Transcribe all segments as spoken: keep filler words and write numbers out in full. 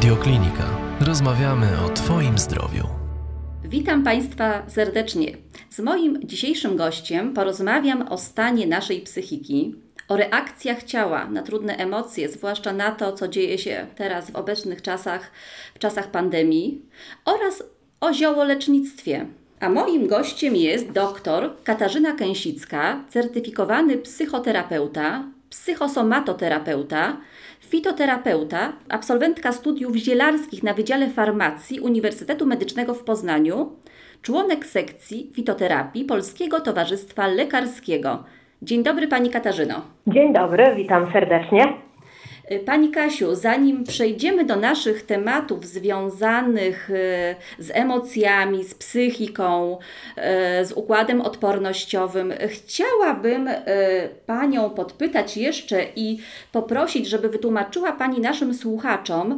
Radioklinika. Rozmawiamy o Twoim zdrowiu. Witam Państwa serdecznie. Z moim dzisiejszym gościem porozmawiam o stanie naszej psychiki, o reakcjach ciała na trudne emocje, zwłaszcza na to, co dzieje się teraz w obecnych czasach, w czasach pandemii, oraz o ziołolecznictwie. A moim gościem jest dr Katarzyna Kęsicka, certyfikowany psychoterapeuta, psychosomatoterapeuta, fitoterapeuta, absolwentka studiów zielarskich na Wydziale Farmacji Uniwersytetu Medycznego w Poznaniu, członek sekcji fitoterapii Polskiego Towarzystwa Lekarskiego. Dzień dobry Pani Katarzyno. Dzień dobry, witam serdecznie. Pani Kasiu, zanim przejdziemy do naszych tematów związanych z emocjami, z psychiką, z układem odpornościowym, chciałabym Panią podpytać jeszcze i poprosić, żeby wytłumaczyła Pani naszym słuchaczom,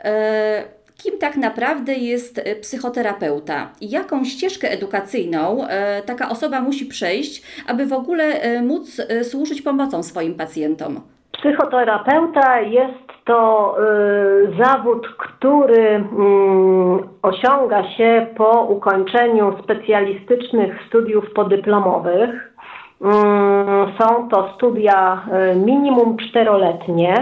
kim tak naprawdę jest psychoterapeuta i jaką ścieżkę edukacyjną taka osoba musi przejść, aby w ogóle móc służyć pomocą swoim pacjentom. Psychoterapeuta jest to y, zawód, który y, osiąga się po ukończeniu specjalistycznych studiów podyplomowych. Y, są to studia y, minimum czteroletnie.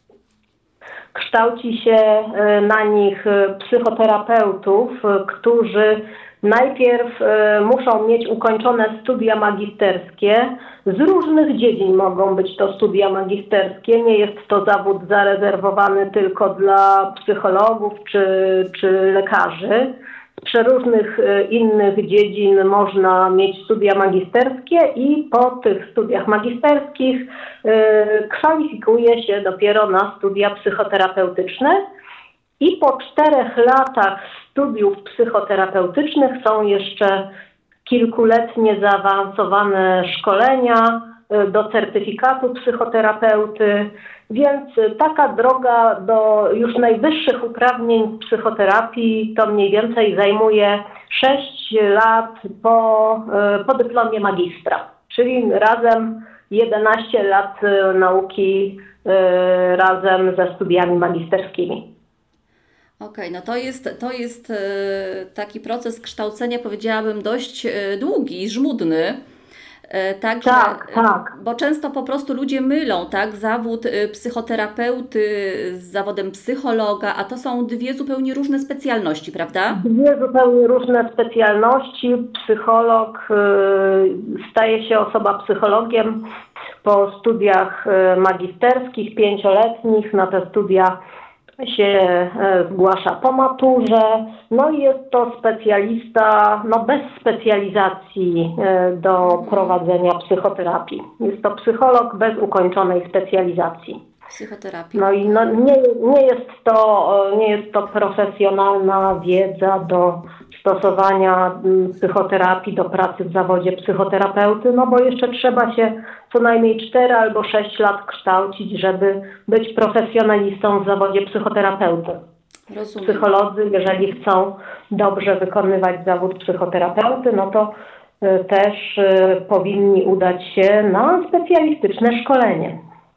Kształci się y, na nich psychoterapeutów, y, którzy najpierw y, muszą mieć ukończone studia magisterskie. Z różnych dziedzin mogą być to studia magisterskie. Nie jest to zawód zarezerwowany tylko dla psychologów czy, czy lekarzy. Z przeróżnych y, innych dziedzin można mieć studia magisterskie i po tych studiach magisterskich y, kwalifikuje się dopiero na studia psychoterapeutyczne. I po czterech latach studiów psychoterapeutycznych są jeszcze kilkuletnie zaawansowane szkolenia do certyfikatu psychoterapeuty, więc taka droga do już najwyższych uprawnień psychoterapii to mniej więcej zajmuje sześć lat po, po dyplomie magistra, czyli razem jedenaście lat nauki razem ze studiami magisterskimi. Okej, okay, no to jest, to jest taki proces kształcenia, powiedziałabym, dość długi, żmudny. Także, tak, tak. Bo często po prostu ludzie mylą, tak, zawód psychoterapeuty z zawodem psychologa, a to są dwie zupełnie różne specjalności, prawda? Dwie zupełnie różne specjalności. Psycholog, staje się osoba psychologiem po studiach magisterskich, pięcioletnich. Na te studia się zgłasza po maturze, no i jest to specjalista, no bez specjalizacji do prowadzenia psychoterapii. Jest to psycholog bez ukończonej specjalizacji. Psychoterapii. No i no, nie, nie jest to, nie jest to profesjonalna wiedza do stosowania psychoterapii, do pracy w zawodzie psychoterapeuty, no bo jeszcze trzeba się co najmniej cztery albo sześć lat kształcić, żeby być profesjonalistą w zawodzie psychoterapeuty. Rozumiem. Psycholodzy, jeżeli chcą dobrze wykonywać zawód psychoterapeuty, no to y, też y, powinni udać się na specjalistyczne szkolenie.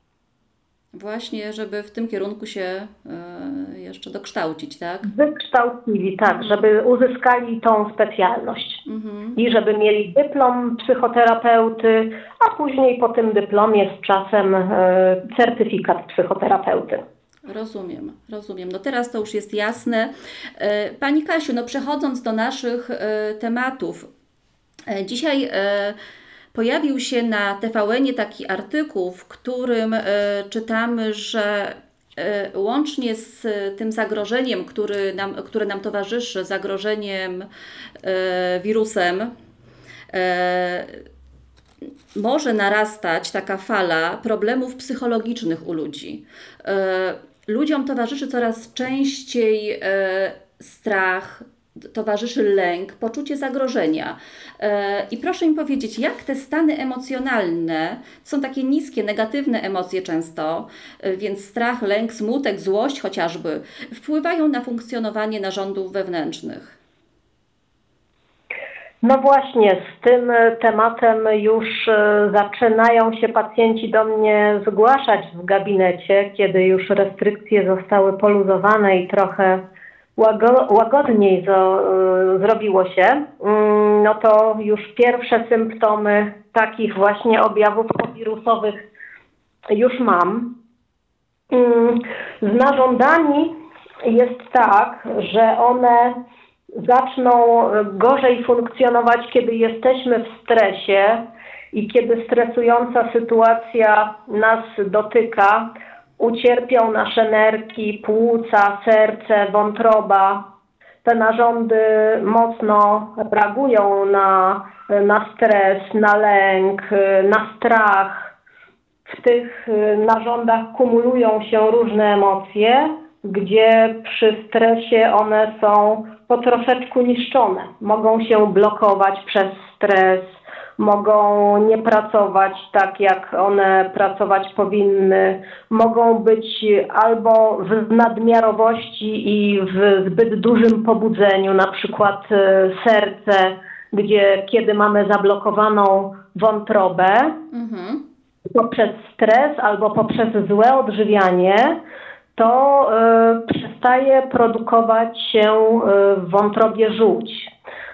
Właśnie, żeby w tym kierunku się y, jeszcze dokształcić, tak? Wykształcili, tak, żeby uzyskali tą specjalność Mhm. i żeby mieli dyplom psychoterapeuty, a później po tym dyplomie z czasem y, certyfikat psychoterapeuty. Rozumiem, rozumiem. No teraz to już jest jasne. Y, Pani Kasiu, no przechodząc do naszych y, tematów, y, dzisiaj y, pojawił się na T V N-ie taki artykuł, w którym y, czytamy, że y, łącznie z tym zagrożeniem, który nam, które nam towarzyszy, zagrożeniem y, wirusem, y, może narastać taka fala problemów psychologicznych u ludzi. Y, ludziom towarzyszy coraz częściej y, strach, towarzyszy lęk, poczucie zagrożenia. I proszę mi powiedzieć, jak te stany emocjonalne, są takie niskie, negatywne emocje często, więc strach, lęk, smutek, złość chociażby, wpływają na funkcjonowanie narządów wewnętrznych? No właśnie, z tym tematem już e, zaczynają się pacjenci do mnie zgłaszać w gabinecie, kiedy już restrykcje zostały poluzowane i trochę łago- łagodniej zo, e, zrobiło się. Mm, No to już pierwsze symptomy takich właśnie objawów powirusowych już mam. Mm, Z narządami jest tak, że one zaczną gorzej funkcjonować, kiedy jesteśmy w stresie i kiedy stresująca sytuacja nas dotyka. Ucierpią nasze nerki, płuca, serce, wątroba. Te narządy mocno reagują na, na stres, na lęk, na strach. W tych narządach kumulują się różne emocje, gdzie przy stresie one są po troszeczku niszczone. Mogą się blokować przez stres, mogą nie pracować tak, jak one pracować powinny, mogą być albo w nadmiarowości i w zbyt dużym pobudzeniu, na przykład serce, gdzie kiedy mamy zablokowaną wątrobę, mhm. poprzez stres albo poprzez złe odżywianie, to y, przestaje produkować się y, w wątrobie żółć.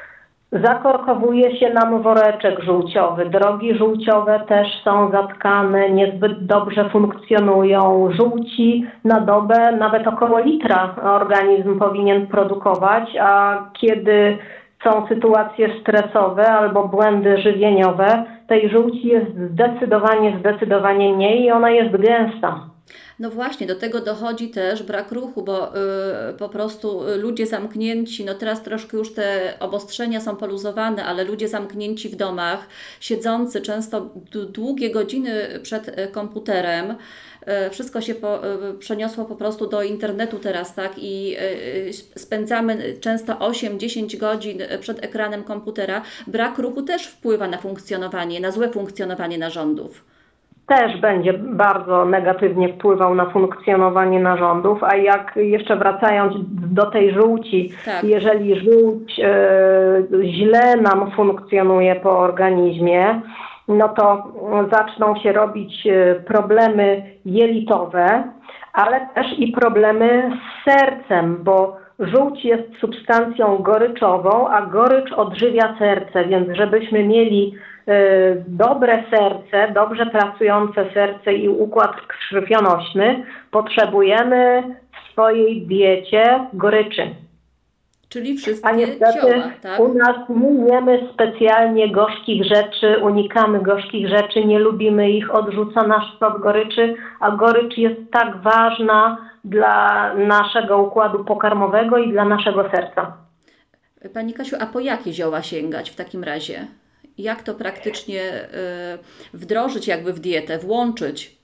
Zakorkowuje się nam woreczek żółciowy. Drogi żółciowe też są zatkane, niezbyt dobrze funkcjonują. Żółci na dobę nawet około litra organizm powinien produkować, a kiedy są sytuacje stresowe albo błędy żywieniowe, tej żółci jest zdecydowanie, zdecydowanie mniej i ona jest gęsta. No właśnie, do tego dochodzi też brak ruchu, bo y, po prostu ludzie zamknięci, no teraz troszkę już te obostrzenia są poluzowane, ale ludzie zamknięci w domach, siedzący często długie godziny przed komputerem, y, wszystko się po, y, przeniosło po prostu do internetu teraz, tak? I y, spędzamy często osiem dziesięć godzin przed ekranem komputera. Brak ruchu też wpływa na funkcjonowanie, na złe funkcjonowanie narządów. Też będzie bardzo negatywnie wpływał na funkcjonowanie narządów, a jak jeszcze wracając do tej żółci, tak. jeżeli żółć e, źle nam funkcjonuje po organizmie, no to zaczną się robić problemy jelitowe, ale też i problemy z sercem, bo żółć jest substancją goryczową, a gorycz odżywia serce, więc żebyśmy mieli y, dobre serce, dobrze pracujące serce i układ krwionośny, potrzebujemy w swojej diecie goryczy. Czyli wszystkie A niestety zioła, tak? u nas nie jemy specjalnie gorzkich rzeczy, unikamy gorzkich rzeczy, nie lubimy ich, odrzuca nas od goryczy, a gorycz jest tak ważna dla naszego układu pokarmowego i dla naszego serca. Pani Kasiu, a po jakie zioła sięgać w takim razie? Jak to praktycznie y, wdrożyć jakby w dietę, włączyć?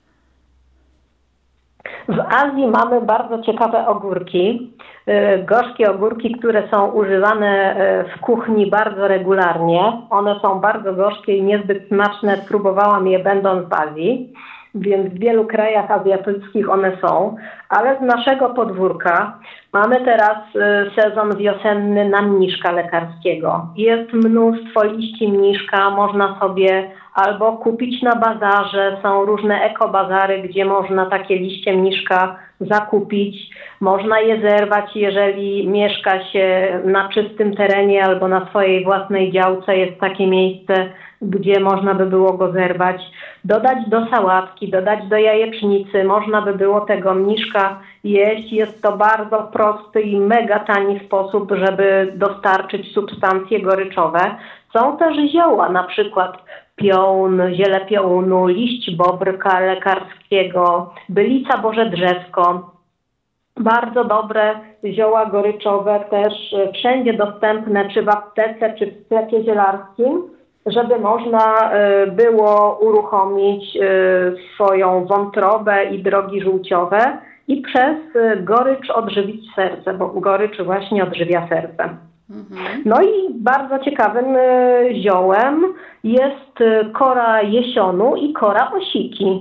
W Azji mamy bardzo ciekawe ogórki, gorzkie ogórki, które są używane w kuchni bardzo regularnie. One są bardzo gorzkie i niezbyt smaczne. Próbowałam je będąc w Azji, więc w wielu krajach azjatyckich one są. Ale z naszego podwórka mamy teraz sezon wiosenny na mniszka lekarskiego. Jest mnóstwo liści mniszka, można sobie albo kupić na bazarze, są różne ekobazary, gdzie można takie liście mniszka zakupić. Można je zerwać, jeżeli mieszka się na czystym terenie albo na swojej własnej działce, jest takie miejsce, gdzie można by było go zerwać. Dodać do sałatki, dodać do jajecznicy, można by było tego mniszka jeść. Jest to bardzo prosty i mega tani sposób, żeby dostarczyć substancje goryczowe. Są też zioła, na przykład piołun, ziele piołunu, liść bobrka lekarskiego, bylica boże drzewko. Bardzo dobre zioła goryczowe, też wszędzie dostępne, czy w aptece, czy w sklepie zielarskim, żeby można było uruchomić swoją wątrobę i drogi żółciowe i przez gorycz odżywić serce, bo gorycz właśnie odżywia serce. Mhm. No i bardzo ciekawym ziołem jest kora jesionu i kora osiki.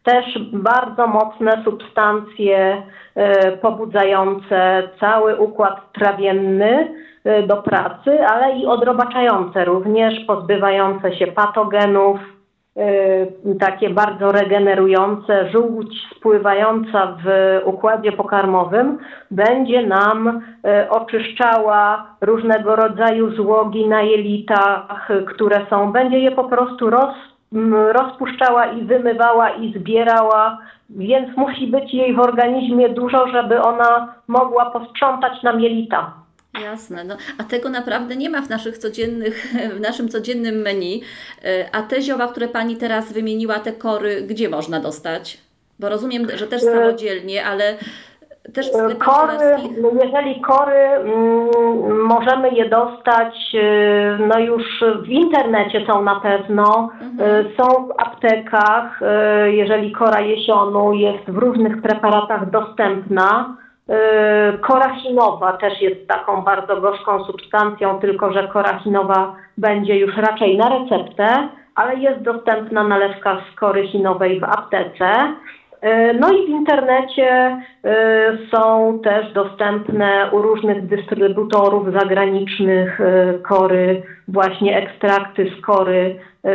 też bardzo mocne substancje pobudzające cały układ trawienny do pracy, ale i odrobaczające również, pozbywające się patogenów, takie bardzo regenerujące. Żółć spływająca w układzie pokarmowym będzie nam oczyszczała różnego rodzaju złogi na jelitach, które są, będzie je po prostu roz, rozpuszczała i wymywała i zbierała, więc musi być jej w organizmie dużo, żeby ona mogła posprzątać nam jelita. Jasne, no, a tego naprawdę nie ma w naszych codziennych, w naszym codziennym menu. A te zioła, które Pani teraz wymieniła, te kory, gdzie można dostać? Bo rozumiem, że też samodzielnie, ale też w sklepach kory, królewskich. Jeżeli kory, mm, możemy je dostać, no już w internecie są na pewno, mhm. są w aptekach, jeżeli kora jesionu jest w różnych preparatach dostępna. Kora chinowa też jest taką bardzo gorzką substancją, tylko że kora chinowa będzie już raczej na receptę, ale jest dostępna nalewka z kory chinowej w aptece. No i w internecie są też dostępne u różnych dystrybutorów zagranicznych kory, właśnie ekstrakty z kory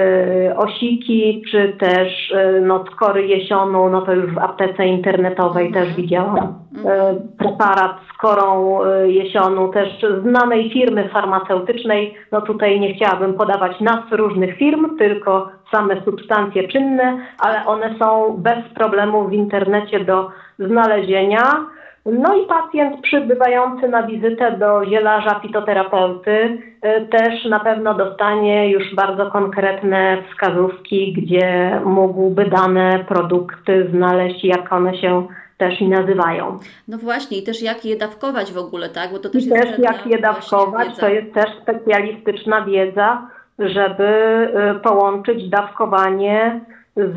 osiki, czy też no, z kory jesionu, no to już w aptece internetowej mhm. też widziałam. Preparat z korą jesionu, też znanej firmy farmaceutycznej. No tutaj nie chciałabym podawać nazw różnych firm, tylko same substancje czynne, ale one są bez problemu w internecie do znalezienia. No i pacjent przybywający na wizytę do zielarza fitoterapeuty też na pewno dostanie już bardzo konkretne wskazówki, gdzie mógłby dane produkty znaleźć, jak one się też i nazywają. No właśnie, i też jak je dawkować w ogóle, tak? Bo to też I jest też jak je dawkować, to jest też specjalistyczna wiedza, żeby połączyć dawkowanie z,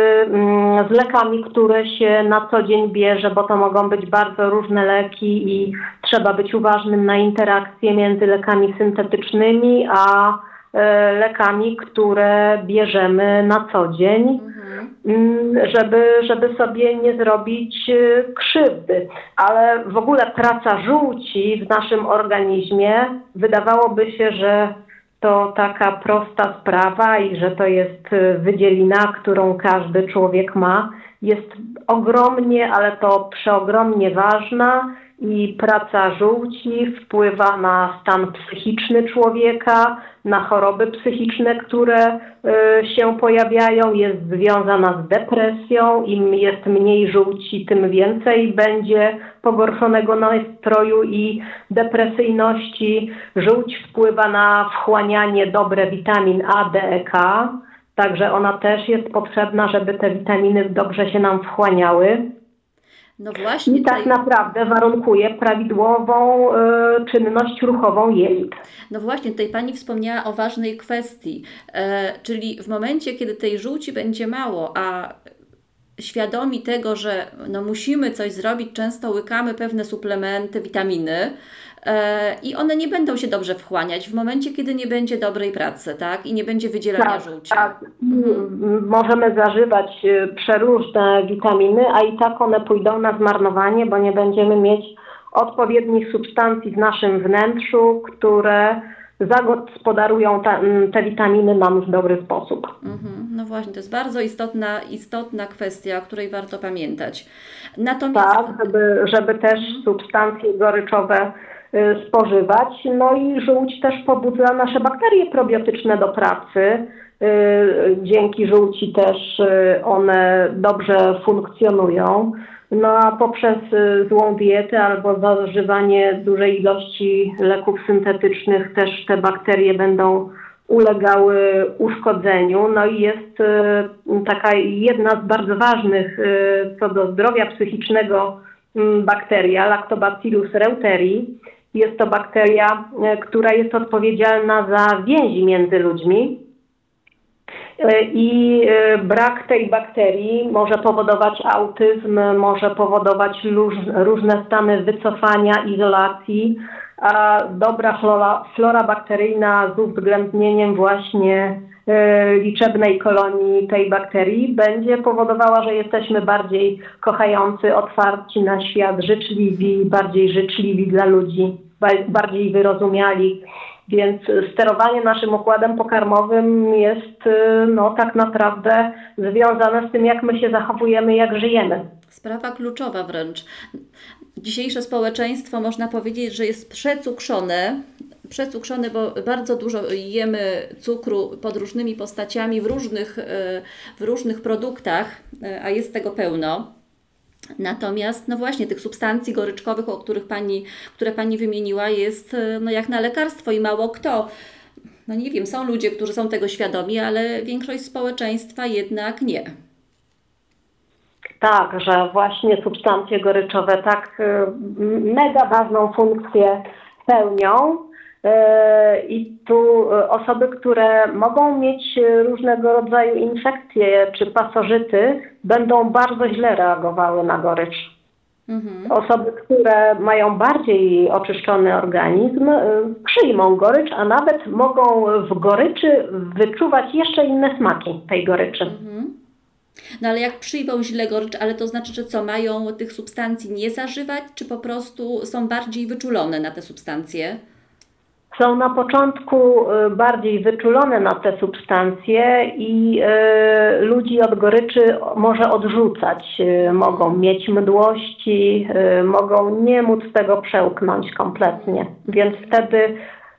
z lekami, które się na co dzień bierze, bo to mogą być bardzo różne leki i trzeba być uważnym na interakcje między lekami syntetycznymi a lekami, które bierzemy na co dzień, mhm. żeby, żeby sobie nie zrobić krzywdy. Ale w ogóle praca żółci w naszym organizmie, wydawałoby się, że to taka prosta sprawa i że to jest wydzielina, którą każdy człowiek ma. Jest ogromnie, ale to przeogromnie ważna i praca żółci wpływa na stan psychiczny człowieka, na choroby psychiczne, które y, się pojawiają, jest związana z depresją. Im jest mniej żółci, tym więcej będzie pogorszonego nastroju i depresyjności. Żółć wpływa na wchłanianie dobre witamin A, D, E, K, także ona też jest potrzebna, żeby te witaminy dobrze się nam wchłaniały. No właśnie. I tak tutaj naprawdę warunkuje prawidłową y, czynność ruchową jelit. No właśnie, tutaj Pani wspomniała o ważnej kwestii, e, czyli w momencie, kiedy tej żółci będzie mało, a świadomi tego, że no musimy coś zrobić, często łykamy pewne suplementy, witaminy e, i one nie będą się dobrze wchłaniać w momencie, kiedy nie będzie dobrej pracy, tak? I nie będzie wydzielania tak, żółci. Tak. Mhm. Możemy zażywać przeróżne witaminy, a i tak one pójdą na zmarnowanie, bo nie będziemy mieć odpowiednich substancji w naszym wnętrzu, które zagospodarują ta, te witaminy nam w dobry sposób. Mhm. No właśnie, to jest bardzo istotna, istotna kwestia, o której warto pamiętać. Natomiast... Tak, żeby, żeby też mhm. substancje goryczowe y, spożywać. No i żółć też pobudza nasze bakterie probiotyczne do pracy. Y, dzięki żółci też y, one dobrze funkcjonują. No a poprzez złą dietę albo zażywanie dużej ilości leków syntetycznych też te bakterie będą ulegały uszkodzeniu. No i jest taka jedna z bardzo ważnych co do zdrowia psychicznego bakteria, Lactobacillus reuteri. Jest to bakteria, która jest odpowiedzialna za więzi między ludźmi. I brak tej bakterii może powodować autyzm, może powodować różne stany wycofania, izolacji, a dobra flora, flora bakteryjna z uwzględnieniem właśnie liczebnej kolonii tej bakterii będzie powodowała, że jesteśmy bardziej kochający, otwarci na świat, życzliwi, bardziej życzliwi dla ludzi, bardziej wyrozumiali. Więc sterowanie naszym układem pokarmowym jest no, tak naprawdę związane z tym, jak my się zachowujemy, jak żyjemy. Sprawa kluczowa wręcz. Dzisiejsze społeczeństwo można powiedzieć, że jest przecukrzone, przecukrzone, bo bardzo dużo jemy cukru pod różnymi postaciami w różnych, w różnych produktach, a jest tego pełno. Natomiast, no właśnie, tych substancji goryczkowych, o których pani, które Pani wymieniła, jest no jak na lekarstwo i mało kto. No nie wiem, są ludzie, którzy są tego świadomi, ale większość społeczeństwa jednak nie. Tak, że właśnie substancje goryczowe tak mega ważną funkcję pełnią. I tu osoby, które mogą mieć różnego rodzaju infekcje czy pasożyty, będą bardzo źle reagowały na gorycz. Mhm. Osoby, które mają bardziej oczyszczony organizm, przyjmą gorycz, a nawet mogą w goryczy wyczuwać jeszcze inne smaki tej goryczy. Mhm. No ale jak przyjmą źle gorycz, ale to znaczy, że co, mają tych substancji nie zażywać, czy po prostu są bardziej wyczulone na te substancje? Są na początku bardziej wyczulone na te substancje i y, ludzi od goryczy może odrzucać. Y, mogą mieć mdłości, y, mogą nie móc tego przełknąć kompletnie. Więc wtedy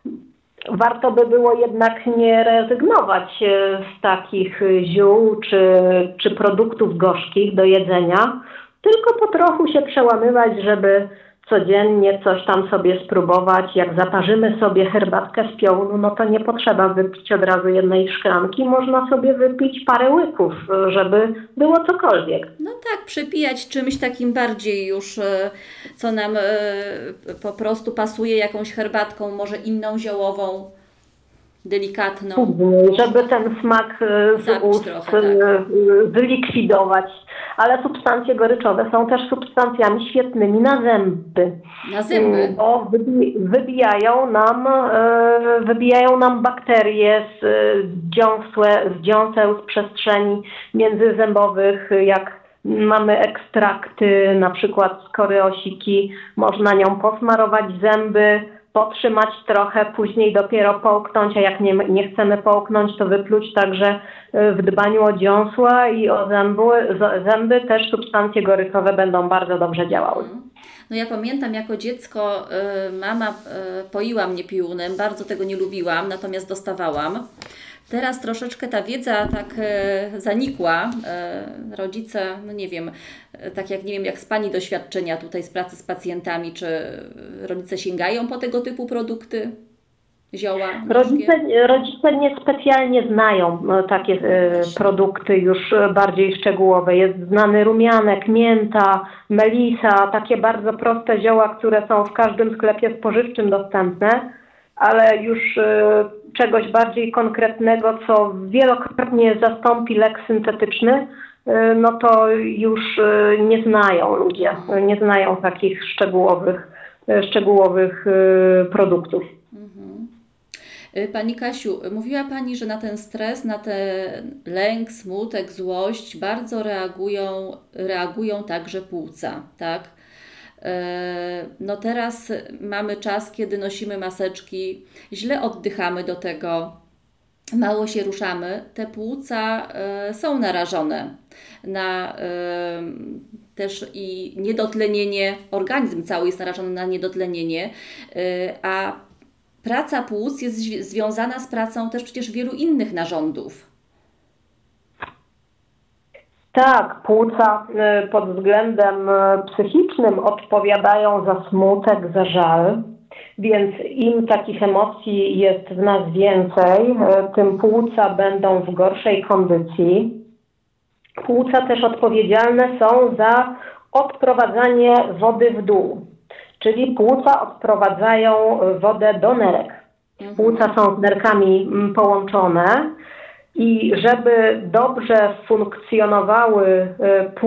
warto by było jednak nie rezygnować z takich ziół czy, czy produktów gorzkich do jedzenia, tylko po trochu się przełamywać, żeby codziennie coś tam sobie spróbować. Jak zaparzymy sobie herbatkę z piołunu, no to nie potrzeba wypić od razu jednej szklanki. Można sobie wypić parę łyków, żeby było cokolwiek. No tak, przepijać czymś takim bardziej już, co nam po prostu pasuje, jakąś herbatką, może inną ziołową, delikatną. Żeby ten smak z ust trochę, tak. wylikwidować. Ale substancje goryczowe są też substancjami świetnymi na zęby. Na zęby? Bo wybijają nam, wybijają nam bakterie z dziąsłe, z dziąseł, z przestrzeni międzyzębowych, jak mamy ekstrakty, na przykład z kory osiki, można nią posmarować zęby, potrzymać trochę, później dopiero połknąć, a jak nie, nie chcemy połknąć, to wypluć. Także w dbaniu o dziąsła i o zęby, zęby też substancje goryczkowe będą bardzo dobrze działały. No ja pamiętam, jako dziecko mama poiła mnie piołunem, bardzo tego nie lubiłam, natomiast dostawałam. Teraz troszeczkę ta wiedza tak e, zanikła. E, rodzice, no nie wiem, e, tak jak nie wiem, jak z Pani doświadczenia tutaj z pracy z pacjentami, czy rodzice sięgają po tego typu produkty, zioła? Rodzice, rodzice niespecjalnie znają no, takie e, produkty już bardziej szczegółowe. Jest znany rumianek, mięta, melisa, takie bardzo proste zioła, które są w każdym sklepie spożywczym dostępne, ale już e, czegoś bardziej konkretnego, co wielokrotnie zastąpi lek syntetyczny, no to już nie znają ludzie, nie znają takich szczegółowych, szczegółowych produktów. Mhm. Pani Kasiu, mówiła Pani, że na ten stres, na ten lęk, smutek, złość bardzo reagują, reagują także płuca, tak? No teraz mamy czas, kiedy nosimy maseczki, źle oddychamy do tego, mało się ruszamy. Te płuca są narażone na też i niedotlenienie, organizm cały jest narażony na niedotlenienie, a praca płuc jest związana z pracą też przecież wielu innych narządów. Tak, płuca pod względem psychicznym odpowiadają za smutek, za żal, więc im takich emocji jest w nas więcej, tym płuca będą w gorszej kondycji. Płuca też odpowiedzialne są za odprowadzanie wody w dół, czyli płuca odprowadzają wodę do nerek. Płuca są z nerkami połączone. I żeby dobrze funkcjonowały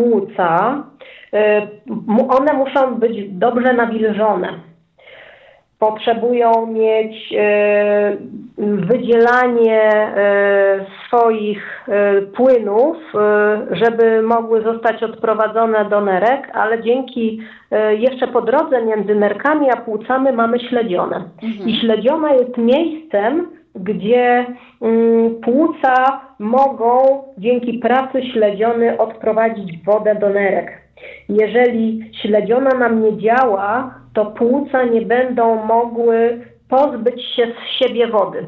płuca, one muszą być dobrze nawilżone. potrzebują mieć e, wydzielanie e, swoich e, płynów, e, żeby mogły zostać odprowadzone do nerek, ale dzięki e, jeszcze po drodze między nerkami a płucami mamy śledzione. Mhm. I śledziona jest miejscem, gdzie mm, płuca mogą dzięki pracy śledziony odprowadzić wodę do nerek. Jeżeli śledziona nam nie działa, to płuca nie będą mogły pozbyć się z siebie wody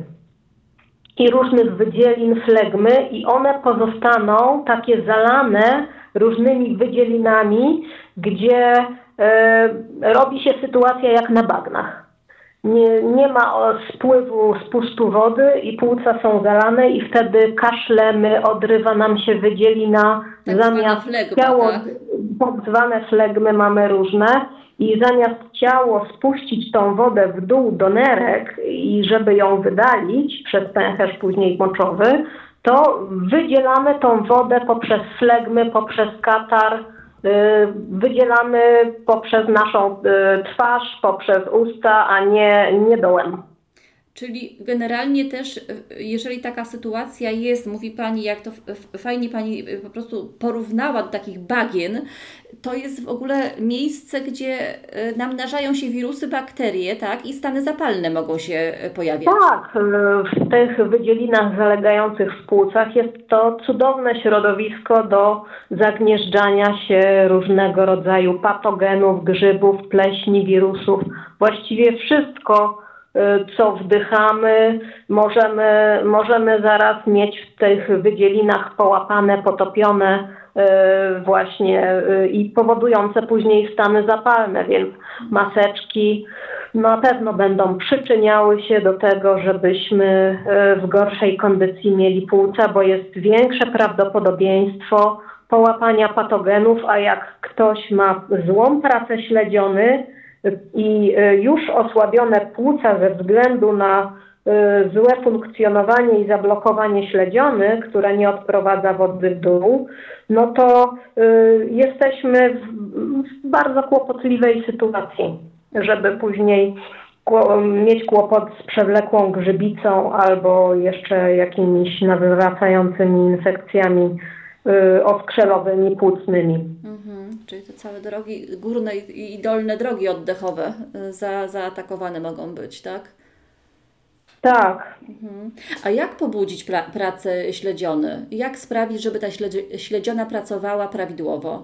i różnych wydzielin flegmy i one pozostaną takie zalane różnymi wydzielinami, gdzie e, robi się sytuacja jak na bagnach. Nie, nie ma spływu, spustu wody i płuca są zalane i wtedy kaszlemy, odrywa nam się wydzielina, tak zamiast flegma, ciało, tak? tak zwane flegmy mamy różne i zamiast ciało spuścić tą wodę w dół do nerek i żeby ją wydalić przez pęcherz później moczowy, to wydzielamy tą wodę poprzez flegmy, poprzez katar, wydzielamy poprzez naszą twarz, poprzez usta, a nie, nie dołem. Czyli generalnie też, jeżeli taka sytuacja jest, mówi Pani, jak to fajnie Pani po prostu porównała do takich bagien, to jest w ogóle miejsce, gdzie namnażają się wirusy, bakterie, tak? I stany zapalne mogą się pojawiać. Tak, w tych wydzielinach zalegających w płucach jest to cudowne środowisko do zagnieżdżania się różnego rodzaju patogenów, grzybów, pleśni, wirusów. Właściwie wszystko, co wdychamy, możemy, możemy zaraz mieć w tych wydzielinach połapane, potopione właśnie i powodujące później stany zapalne, więc maseczki na pewno będą przyczyniały się do tego, żebyśmy w gorszej kondycji mieli płuca, bo jest większe prawdopodobieństwo połapania patogenów, a jak ktoś ma złą pracę śledziony i już osłabione płuca ze względu na złe funkcjonowanie i zablokowanie śledziony, które nie odprowadza wody w dół, no to jesteśmy w bardzo kłopotliwej sytuacji, żeby później mieć kłopot z przewlekłą grzybicą albo jeszcze jakimiś nawracającymi infekcjami oskrzelowymi, płucnymi. Mhm, czyli te całe drogi górne i dolne drogi oddechowe za, zaatakowane mogą być, tak? Tak. Mhm. A jak pobudzić pra- pracę śledziony? Jak sprawić, żeby ta śledzi- śledziona pracowała prawidłowo?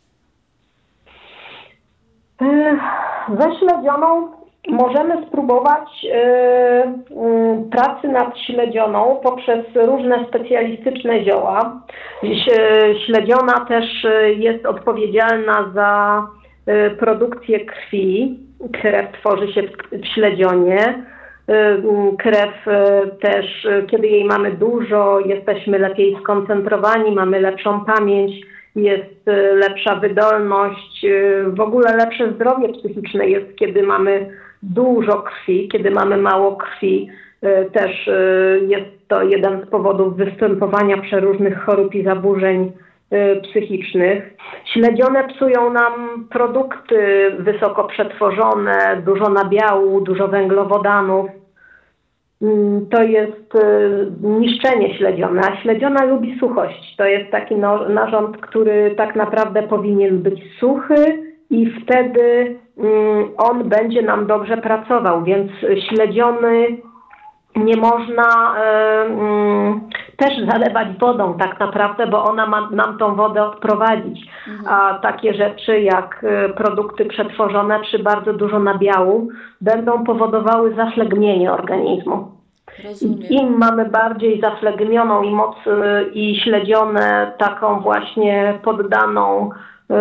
Ze śledzioną możemy spróbować yy, yy, pracy nad śledzioną poprzez różne specjalistyczne zioła. Śledziona też jest odpowiedzialna za yy, produkcję krwi. Krew tworzy się w, w śledzionie. Yy, krew yy, też, yy, kiedy jej mamy dużo, jesteśmy lepiej skoncentrowani, mamy lepszą pamięć. Jest y, lepsza wydolność, y, w ogóle lepsze zdrowie psychiczne jest, kiedy mamy dużo krwi, kiedy mamy mało krwi. Y, też y, jest to jeden z powodów występowania przeróżnych chorób i zaburzeń y, psychicznych. Śledzione psują nam produkty wysoko przetworzone, dużo nabiału, dużo węglowodanów. To jest niszczenie śledzione, a śledziona lubi suchość. To jest taki no, narząd, który tak naprawdę powinien być suchy i wtedy um, on będzie nam dobrze pracował, więc śledziony nie można um, też zalewać wodą tak naprawdę, bo ona ma nam tą wodę odprowadzić. Mhm. A takie rzeczy jak produkty przetworzone czy bardzo dużo nabiału będą powodowały zaflegmienie organizmu. Rozumiem. Im mamy bardziej zaflegmioną i moc i śledzione taką właśnie poddaną yy,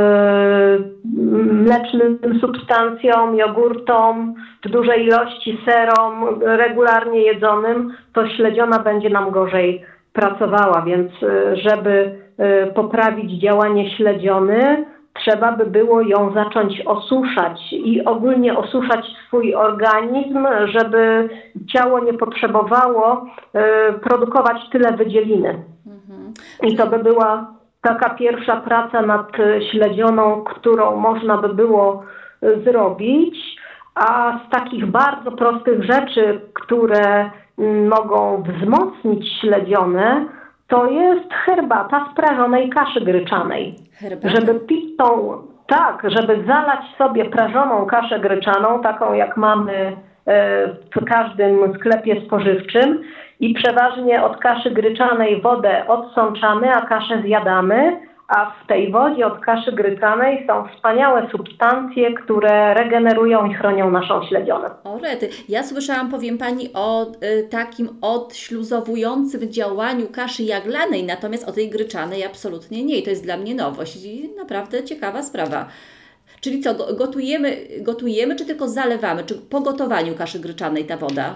mlecznym substancjom, jogurtom, w dużej ilości serom, regularnie jedzonym, to śledziona będzie nam gorzej pracowała, więc żeby poprawić działanie śledziony, trzeba by było ją zacząć osuszać i ogólnie osuszać swój organizm, żeby ciało nie potrzebowało produkować tyle wydzieliny. Mhm. I to by była taka pierwsza praca nad śledzioną, którą można by było zrobić. A z takich bardzo prostych rzeczy, które mogą wzmocnić śledzione, to jest herbata z prażonej kaszy gryczanej. Herbata? Żeby pić tą, tak, żeby zalać sobie prażoną kaszę gryczaną, taką jak mamy w każdym sklepie spożywczym i przeważnie od kaszy gryczanej wodę odsączamy, a kaszę zjadamy, a w tej wodzie od kaszy gryczanej są wspaniałe substancje, które regenerują i chronią naszą śledzionę. O rety. Ja słyszałam, powiem Pani, o y, takim odśluzowującym działaniu kaszy jaglanej, natomiast o tej gryczanej absolutnie nie. I to jest dla mnie nowość i naprawdę ciekawa sprawa. Czyli co, gotujemy, gotujemy czy tylko zalewamy? Czy po gotowaniu kaszy gryczanej ta woda?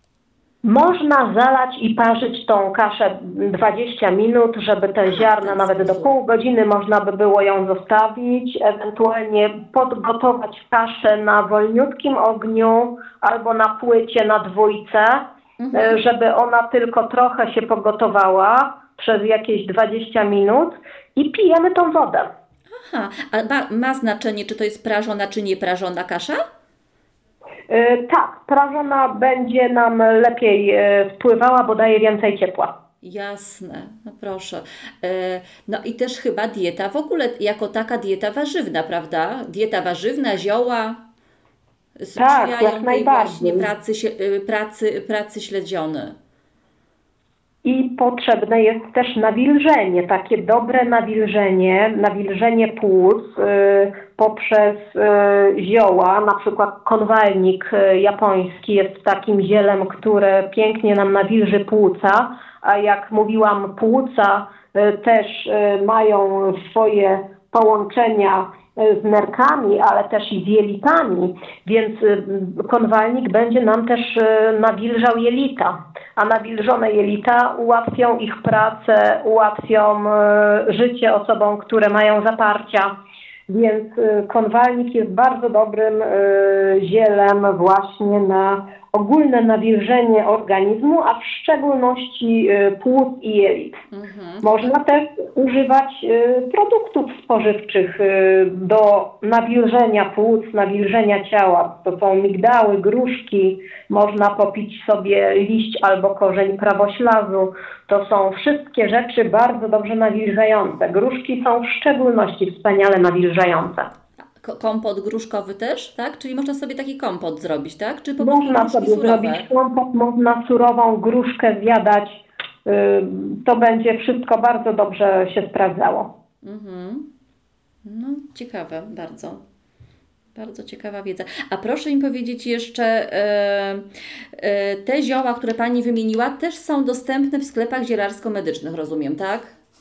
Można zalać i parzyć tą kaszę dwadzieścia minut, żeby te ziarna, nawet do pół godziny można by było ją zostawić, ewentualnie podgotować kaszę na wolniutkim ogniu albo na płycie na dwójce, mhm. żeby ona tylko trochę się pogotowała przez jakieś dwadzieścia minut i pijemy tą wodę. Aha, a ma, ma znaczenie, czy to jest prażona, czy nie prażona kasza? Yy, tak, prażona będzie nam lepiej yy, wpływała, bo daje więcej ciepła. Jasne, no proszę. Yy, no i też chyba dieta w ogóle, jako taka dieta warzywna, prawda? Dieta warzywna, zioła sprzyjają tak, jak tej najbardziej. właśnie pracy, yy, pracy, pracy śledziony. I potrzebne jest też nawilżenie, takie dobre nawilżenie, nawilżenie płuc y, poprzez y, zioła, na przykład konwalnik y, japoński jest takim zielem, które pięknie nam nawilży płuca, a jak mówiłam, płuca y, też y, mają swoje połączenia z nerkami, ale też i z jelitami, więc konwalnik będzie nam też nawilżał jelita, a nawilżone jelita ułatwią ich pracę, ułatwią życie osobom, które mają zaparcia, więc konwalnik jest bardzo dobrym zielem właśnie na ogólne nawilżenie organizmu, a w szczególności płuc i jelit. Mhm. Można też używać produktów spożywczych do nawilżenia płuc, nawilżenia ciała. To są migdały, gruszki, można popić sobie liść albo korzeń prawoślazu. To są wszystkie rzeczy bardzo dobrze nawilżające. Gruszki są w szczególności wspaniale nawilżające. Kompot gruszkowy też, tak? Czyli można sobie taki kompot zrobić, tak? Czy po prostu można sobie surowe? zrobić kompot, można surową gruszkę zjadać. Yy, to będzie wszystko bardzo dobrze się sprawdzało. Mhm. No, ciekawe, bardzo. Bardzo ciekawa wiedza. A proszę mi powiedzieć jeszcze, yy, yy, te zioła, które Pani wymieniła, też są dostępne w sklepach zielarsko-medycznych, rozumiem, tak?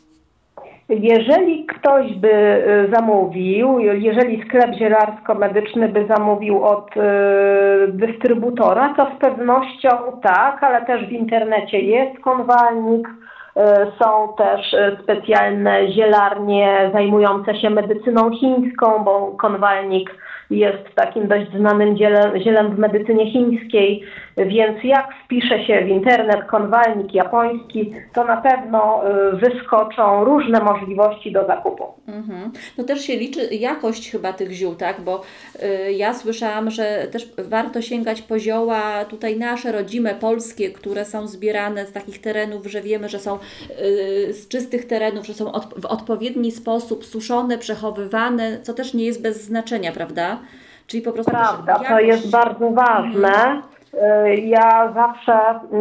Jeżeli ktoś by zamówił, jeżeli sklep zielarsko-medyczny by zamówił od y, dystrybutora, to z pewnością tak, ale też w internecie jest konwalnik, y, są też specjalne zielarnie zajmujące się medycyną chińską, bo konwalnik jest takim dość znanym zielem, zielem w medycynie chińskiej, więc jak wpisze się w internet konwalnik japoński, to na pewno wyskoczą różne możliwości do zakupu. Mhm. No też się liczy jakość chyba tych ziół, tak? Bo y, ja słyszałam, że też warto sięgać po zioła tutaj nasze, rodzime, polskie, które są zbierane z takich terenów, że wiemy, że są y, z czystych terenów, że są od, w odpowiedni sposób suszone, przechowywane, co też nie jest bez znaczenia, prawda? Czyli po prostu Prawda, jakość... to jest bardzo ważne. Mhm. Ja zawsze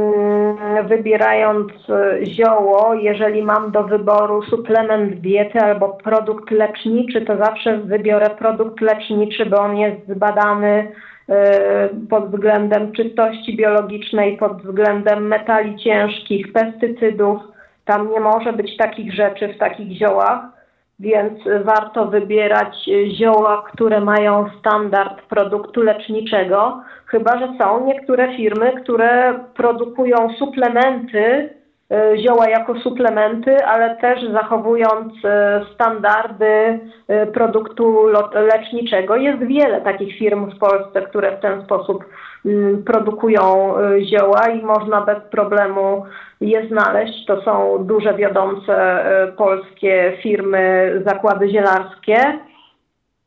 wybierając zioło, jeżeli mam do wyboru suplement diety albo produkt leczniczy, to zawsze wybiorę produkt leczniczy, bo on jest zbadany pod względem czystości biologicznej, pod względem metali ciężkich, pestycydów. Tam nie może być takich rzeczy w takich ziołach, więc warto wybierać zioła, które mają standard produktu leczniczego, chyba że są niektóre firmy, które produkują suplementy, zioła jako suplementy, ale też zachowując standardy produktu leczniczego. Jest wiele takich firm w Polsce, które w ten sposób produkują zioła i można bez problemu je znaleźć. To są duże, wiodące polskie firmy, zakłady zielarskie.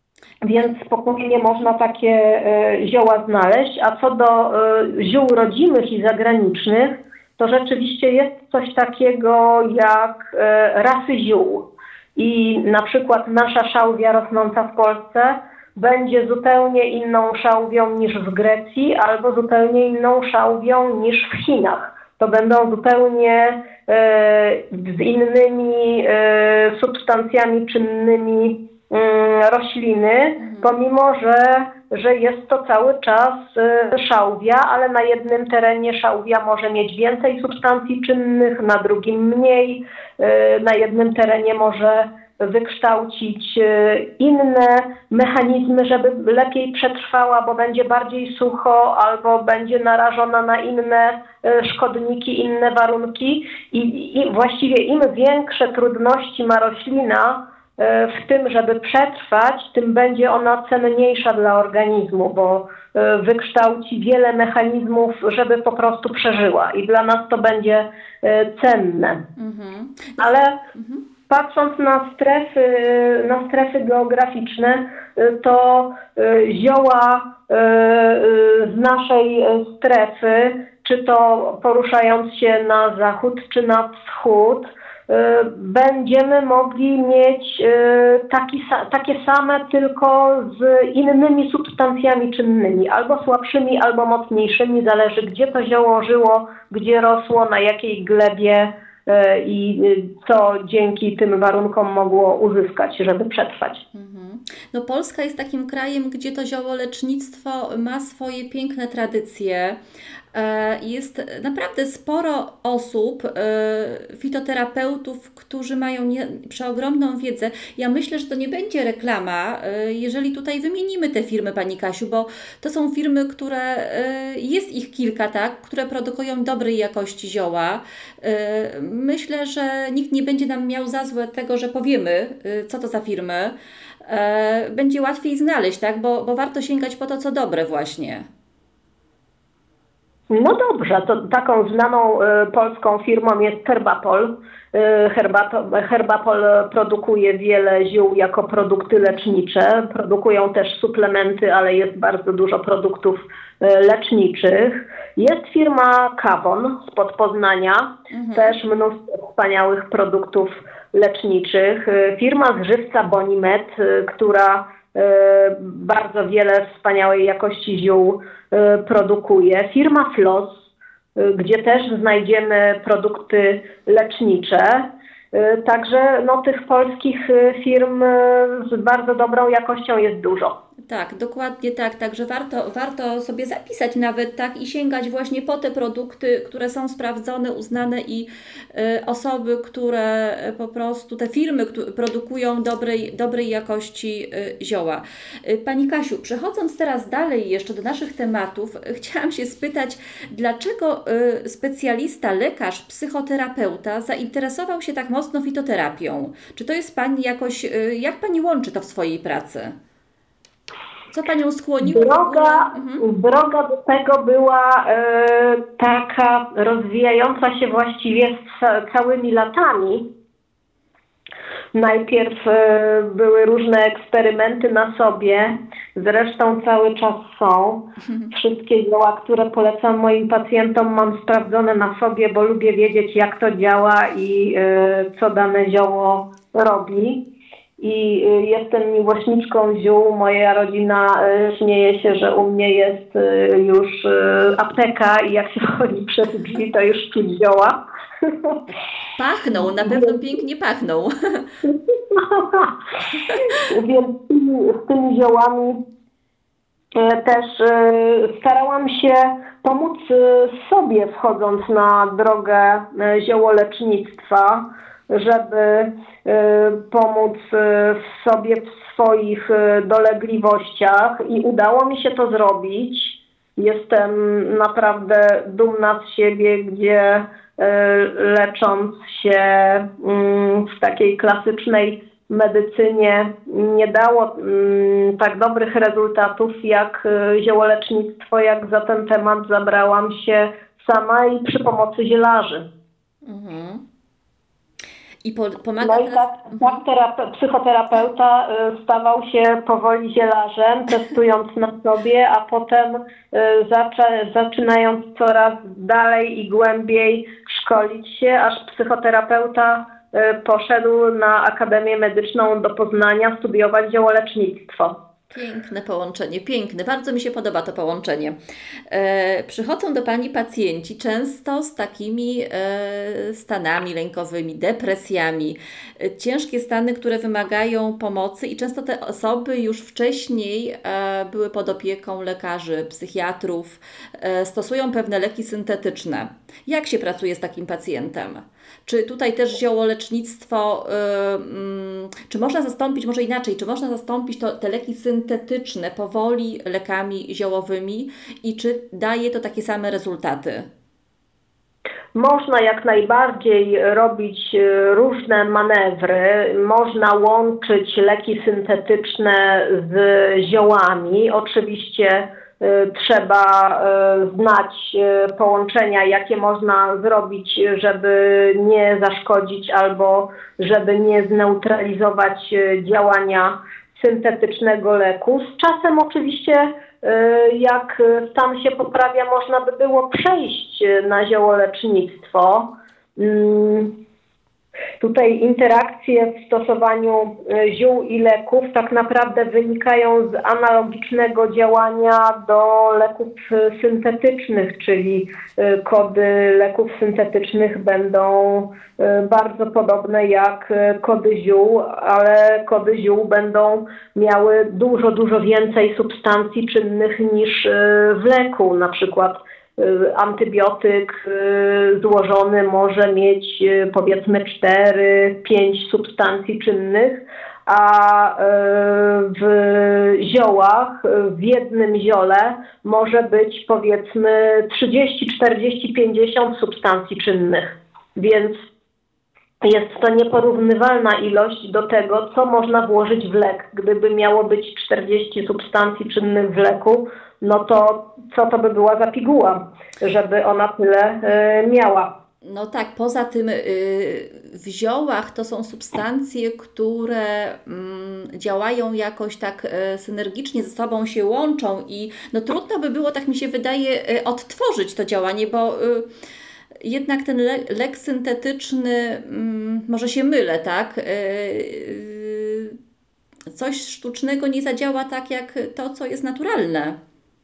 więc spokojnie można takie zioła znaleźć. A co do ziół rodzimych i zagranicznych, to rzeczywiście jest coś takiego jak rasy ziół. I na przykład nasza szałwia rosnąca w Polsce będzie zupełnie inną szałwią niż w Grecji albo zupełnie inną szałwią niż w Chinach. To będą zupełnie e, z innymi e, substancjami czynnymi e, rośliny, pomimo że, że jest to cały czas e, szałwia, ale na jednym terenie szałwia może mieć więcej substancji czynnych, na drugim mniej, e, na jednym terenie może wykształcić inne mechanizmy, żeby lepiej przetrwała, bo będzie bardziej sucho albo będzie narażona na inne szkodniki, inne warunki i, i właściwie im większe trudności ma roślina w tym, żeby przetrwać, tym będzie ona cenniejsza dla organizmu, bo wykształci wiele mechanizmów, żeby po prostu przeżyła i dla nas to będzie cenne. Mhm. Ale mhm. Patrząc na strefy, na strefy geograficzne, to zioła z naszej strefy, czy to poruszając się na zachód, czy na wschód, będziemy mogli mieć taki, takie same, tylko z innymi substancjami czynnymi, albo słabszymi, albo mocniejszymi, zależy gdzie to zioło żyło, gdzie rosło, na jakiej glebie i co dzięki tym warunkom mogło uzyskać, żeby przetrwać. No Polska jest takim krajem, gdzie to ziołolecznictwo ma swoje piękne tradycje. Jest naprawdę sporo osób, fitoterapeutów, którzy mają nie, przeogromną wiedzę. Ja myślę, że to nie będzie reklama, jeżeli tutaj wymienimy te firmy, Pani Kasiu, bo to są firmy, które, jest ich kilka, tak, które produkują dobrej jakości zioła. Myślę, że nikt nie będzie nam miał za złe tego, że powiemy, co to za firmy. Będzie łatwiej znaleźć, tak, bo, bo warto sięgać po to, co dobre właśnie. No dobrze, to taką znaną y, polską firmą jest Herbapol. Y, Herbato, Herbapol produkuje wiele ziół jako produkty lecznicze. Produkują też suplementy, ale jest bardzo dużo produktów y, leczniczych. Jest firma Kawon spod Poznania, mhm. też mnóstwo wspaniałych produktów leczniczych. Y, firma z Żywca Bonimed, y, która y, bardzo wiele wspaniałej jakości ziół produkuje. Firma Flos, gdzie też znajdziemy produkty lecznicze. Także no, tych polskich firm z bardzo dobrą jakością jest dużo. Tak, dokładnie tak. Także warto, warto sobie zapisać nawet tak i sięgać właśnie po te produkty, które są sprawdzone, uznane i y, osoby, które po prostu, te firmy, które produkują dobrej, dobrej jakości y, zioła. Y, Pani Kasiu, przechodząc teraz dalej jeszcze do naszych tematów, chciałam się spytać, dlaczego y, specjalista, lekarz, psychoterapeuta zainteresował się tak mocno fitoterapią? Czy to jest Pani jakoś, y, jak Pani łączy to w swojej pracy? Co Panią skłoniło? Droga, mhm. droga do tego była e, taka rozwijająca się właściwie z całymi latami. Najpierw e, były różne eksperymenty na sobie, zresztą cały czas są. Mhm. Wszystkie zioła, które polecam moim pacjentom, mam sprawdzone na sobie, bo lubię wiedzieć, jak to działa i e, co dane zioło robi. I jestem miłośniczką ziół. Moja rodzina śmieje się, że u mnie jest już apteka i jak się wchodzi przez drzwi, to już czuć zioła. Pachną, na pewno pięknie pachną. Więc z tymi ziołami też starałam się pomóc sobie, wchodząc na drogę ziołolecznictwa, żeby pomóc sobie w swoich dolegliwościach i udało mi się to zrobić. Jestem naprawdę dumna z siebie, gdzie lecząc się w takiej klasycznej medycynie nie dało tak dobrych rezultatów jak ziołolecznictwo, jak za ten temat zabrałam się sama i przy pomocy zielarzy. Mhm. I po, pomaga No i teraz... tak, tak terape- psychoterapeuta y, stawał się powoli zielarzem, testując na sobie, a potem y, zaczę- zaczynając coraz dalej i głębiej szkolić się, aż psychoterapeuta y, poszedł na Akademię Medyczną do Poznania studiować ziołolecznictwo. Piękne połączenie, piękne. Bardzo mi się podoba to połączenie. E, przychodzą do Pani pacjenci często z takimi e, stanami lękowymi, depresjami, e, ciężkie stany, które wymagają pomocy i często te osoby już wcześniej e, były pod opieką lekarzy, psychiatrów, e, stosują pewne leki syntetyczne. Jak się pracuje z takim pacjentem? Czy tutaj też ziołolecznictwo, yy, yy, czy można zastąpić, może inaczej, czy można zastąpić to, te leki syntetyczne powoli lekami ziołowymi i czy daje to takie same rezultaty? Można jak najbardziej robić różne manewry, można łączyć leki syntetyczne z ziołami. Oczywiście trzeba znać połączenia, jakie można zrobić, żeby nie zaszkodzić albo żeby nie zneutralizować działania syntetycznego leku. Z czasem oczywiście, jak stan się poprawia, można by było przejść na ziołolecznictwo. Tutaj interakcje w stosowaniu ziół i leków tak naprawdę wynikają z analogicznego działania do leków syntetycznych, czyli kody leków syntetycznych będą bardzo podobne jak kody ziół, ale kody ziół będą miały dużo, dużo więcej substancji czynnych niż w leku. Na przykład antybiotyk złożony może mieć powiedzmy cztery pięć substancji czynnych, a w ziołach, w jednym ziole może być powiedzmy trzydzieści, czterdzieści, pięćdziesiąt substancji czynnych. Więc jest to nieporównywalna ilość do tego, co można włożyć w lek. Gdyby miało być czterdzieści substancji czynnych w leku, no to co to by była za piguła, żeby ona tyle y, miała. No tak, poza tym y, w ziołach to są substancje, które mm, działają jakoś tak y, synergicznie ze sobą się łączą i no trudno by było, tak mi się wydaje, y, odtworzyć to działanie, bo y, jednak ten le lek syntetyczny, mm, może się mylę, tak? Y, y, coś sztucznego nie zadziała tak jak to, co jest naturalne.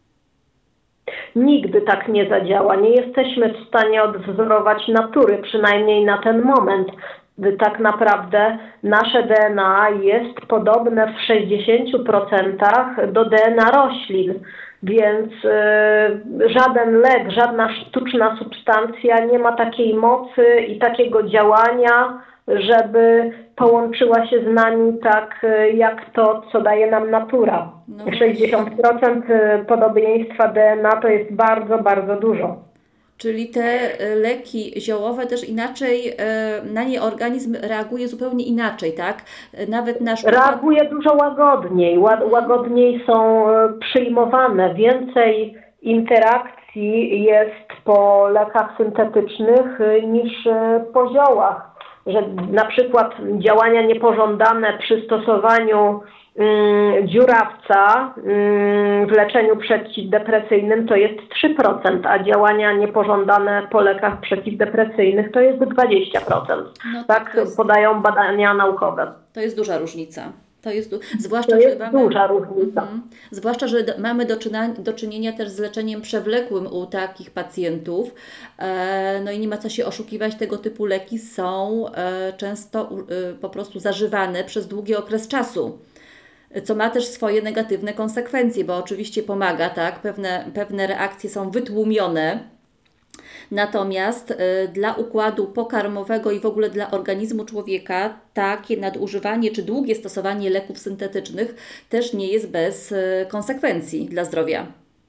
Nigdy tak nie zadziała. Nie jesteśmy w stanie odwzorować natury, przynajmniej na ten moment. Tak naprawdę nasze D N A jest podobne w sześćdziesięciu procentach do D N A roślin, więc y, żaden lek, żadna sztuczna substancja nie ma takiej mocy i takiego działania, żeby połączyła się z nami tak jak to, co daje nam natura. No sześćdziesiąt procent podobieństwa D N A to jest bardzo, bardzo dużo. Czyli te leki ziołowe też inaczej, na nie organizm reaguje zupełnie inaczej, tak? Nawet nasz... Reaguje dużo łagodniej, łagodniej są przyjmowane, więcej interakcji jest po lekach syntetycznych niż po ziołach. Że na przykład działania niepożądane przy stosowaniu mm, dziurawca mm, w leczeniu przeciwdepresyjnym to jest trzy procent, a działania niepożądane po lekach przeciwdepresyjnych to jest dwadzieścia procent. No tak jest, podają badania naukowe. To jest duża różnica. To jest, du zwłaszcza, to jest że mamy, duża różnica. Mm, zwłaszcza, że mamy do, do czynienia też z leczeniem przewlekłym u takich pacjentów. E, no i nie ma co się oszukiwać, tego typu leki są e, często e, po prostu zażywane przez długi okres czasu, co ma też swoje negatywne konsekwencje, bo oczywiście pomaga, tak? Pewne, pewne reakcje są wytłumione. Natomiast y, dla układu pokarmowego i w ogóle dla organizmu człowieka takie nadużywanie czy długie stosowanie leków syntetycznych też nie jest bez y, konsekwencji dla zdrowia.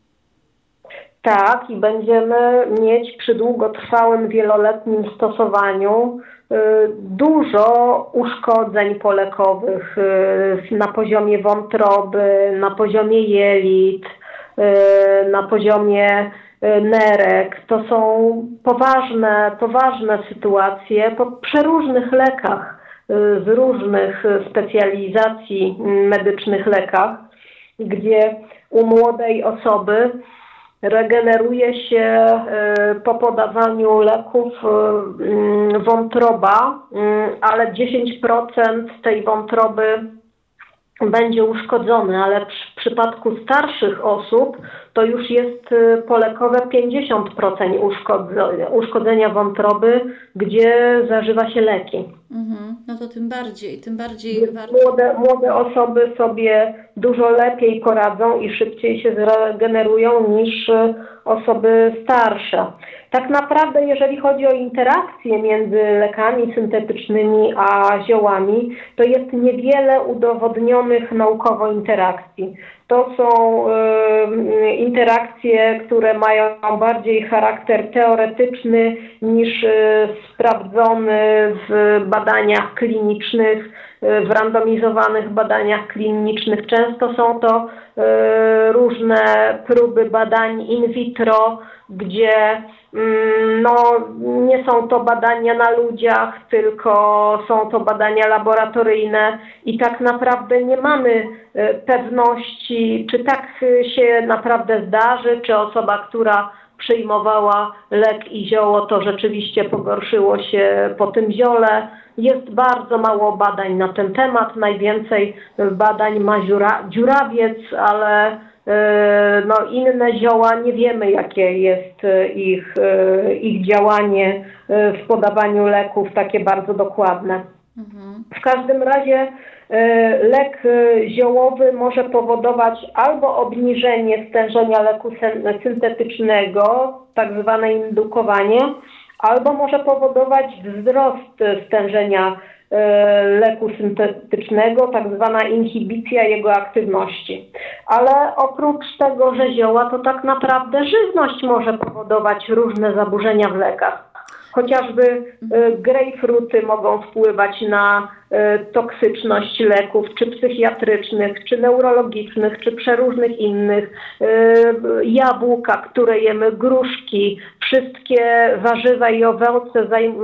Tak, i będziemy mieć przy długotrwałym, wieloletnim stosowaniu y, dużo uszkodzeń polekowych y, na poziomie wątroby, na poziomie jelit, y, na poziomie nerek. To są poważne, poważne sytuacje po przeróżnych lekach, z różnych specjalizacji medycznych lekach, gdzie u młodej osoby regeneruje się po podawaniu leków wątroba, ale dziesięć procent tej wątroby będzie uszkodzony, ale w przypadku starszych osób to już jest polekowe pięćdziesiąt procent uszkodzenia wątroby, gdzie zażywa się leki. Mhm. No to tym bardziej, tym bardziej warto. Młode, młode osoby sobie dużo lepiej poradzą i szybciej się zregenerują niż osoby starsze. Tak naprawdę, jeżeli chodzi o interakcje między lekami syntetycznymi a ziołami, to jest niewiele udowodnionych naukowo interakcji. To są y, interakcje, które mają bardziej charakter teoretyczny niż y, sprawdzony w badaniach klinicznych, y, w randomizowanych badaniach klinicznych. Często są to y, różne próby badań in vitro, gdzie no, nie są to badania na ludziach, tylko są to badania laboratoryjne i tak naprawdę nie mamy pewności, czy tak się naprawdę zdarzy, czy osoba, która przyjmowała lek i zioło, to rzeczywiście pogorszyło się po tym ziole. Jest bardzo mało badań na ten temat, najwięcej badań ma dziura, dziurawiec, ale no, inne zioła nie wiemy, jakie jest ich, ich działanie w podawaniu leków, takie bardzo dokładne. Mhm. W każdym razie lek ziołowy może powodować albo obniżenie stężenia leku syntetycznego, tak zwane indukowanie, albo może powodować wzrost stężenia leku syntetycznego, tak zwana inhibicja jego aktywności. Ale oprócz tego, że zioła, to tak naprawdę żywność może powodować różne zaburzenia w lekach. Chociażby grejpfruty mogą wpływać na toksyczność leków, czy psychiatrycznych, czy neurologicznych, czy przeróżnych innych. Jabłka, które jemy, gruszki, wszystkie warzywa i owoce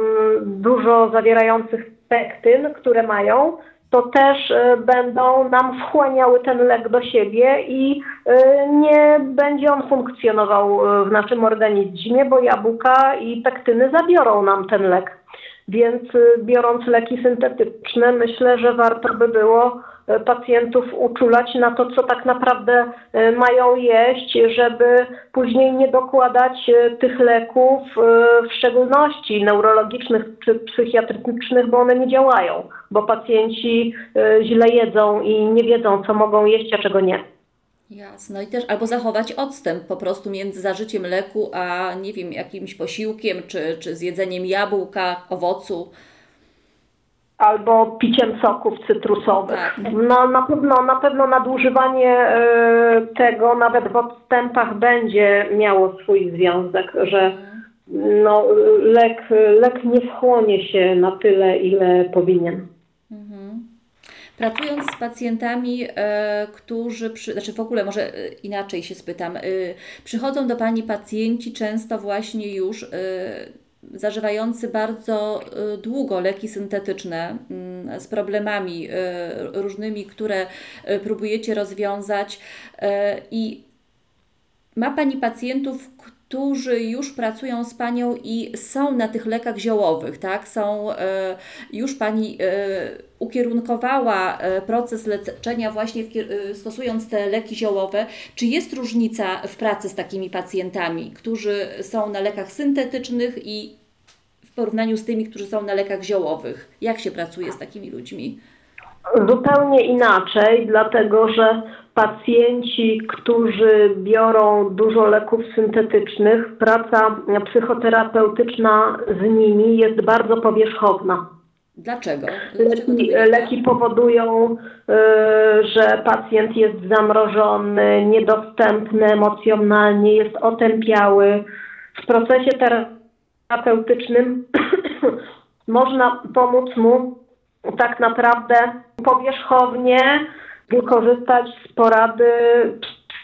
dużo zawierających pektyn, które mają, to też będą nam wchłaniały ten lek do siebie i nie będzie on funkcjonował w naszym organizmie, bo jabłka i pektyny zabiorą nam ten lek. Więc biorąc leki syntetyczne, myślę, że warto by było pacjentów uczulać na to, co tak naprawdę mają jeść, żeby później nie dokładać tych leków, w szczególności neurologicznych czy psychiatrycznych, bo one nie działają, bo pacjenci źle jedzą i nie wiedzą, co mogą jeść, a czego nie. Jasno. I też albo zachować odstęp po prostu między zażyciem leku, a nie wiem, jakimś posiłkiem, czy, czy zjedzeniem jabłka, owocu. Albo piciem soków cytrusowych. Tak. No, na pewno, na pewno nadużywanie y, tego nawet w odstępach będzie miało swój związek, że no, lek, lek nie wchłonie się na tyle, ile powinien. Mhm. Pracując z pacjentami, e, którzy, przy, znaczy w ogóle może inaczej się spytam, e, przychodzą do Pani pacjenci często właśnie już e, zażywający bardzo długo leki syntetyczne z problemami różnymi, które próbujecie rozwiązać i ma Pani pacjentów, którzy już pracują z Panią i są na tych lekach ziołowych, tak? Są, już Pani ukierunkowała proces leczenia właśnie stosując te leki ziołowe. Czy jest różnica w pracy z takimi pacjentami, którzy są na lekach syntetycznych i w porównaniu z tymi, którzy są na lekach ziołowych? Jak się pracuje z takimi ludźmi? Zupełnie inaczej, dlatego że pacjenci, którzy biorą dużo leków syntetycznych, praca psychoterapeutyczna z nimi jest bardzo powierzchowna. Dlaczego? Leki, leki powodują, że pacjent jest zamrożony, niedostępny emocjonalnie, jest otępiały. W procesie terapeutycznym można pomóc mu tak naprawdę powierzchownie wykorzystać z porady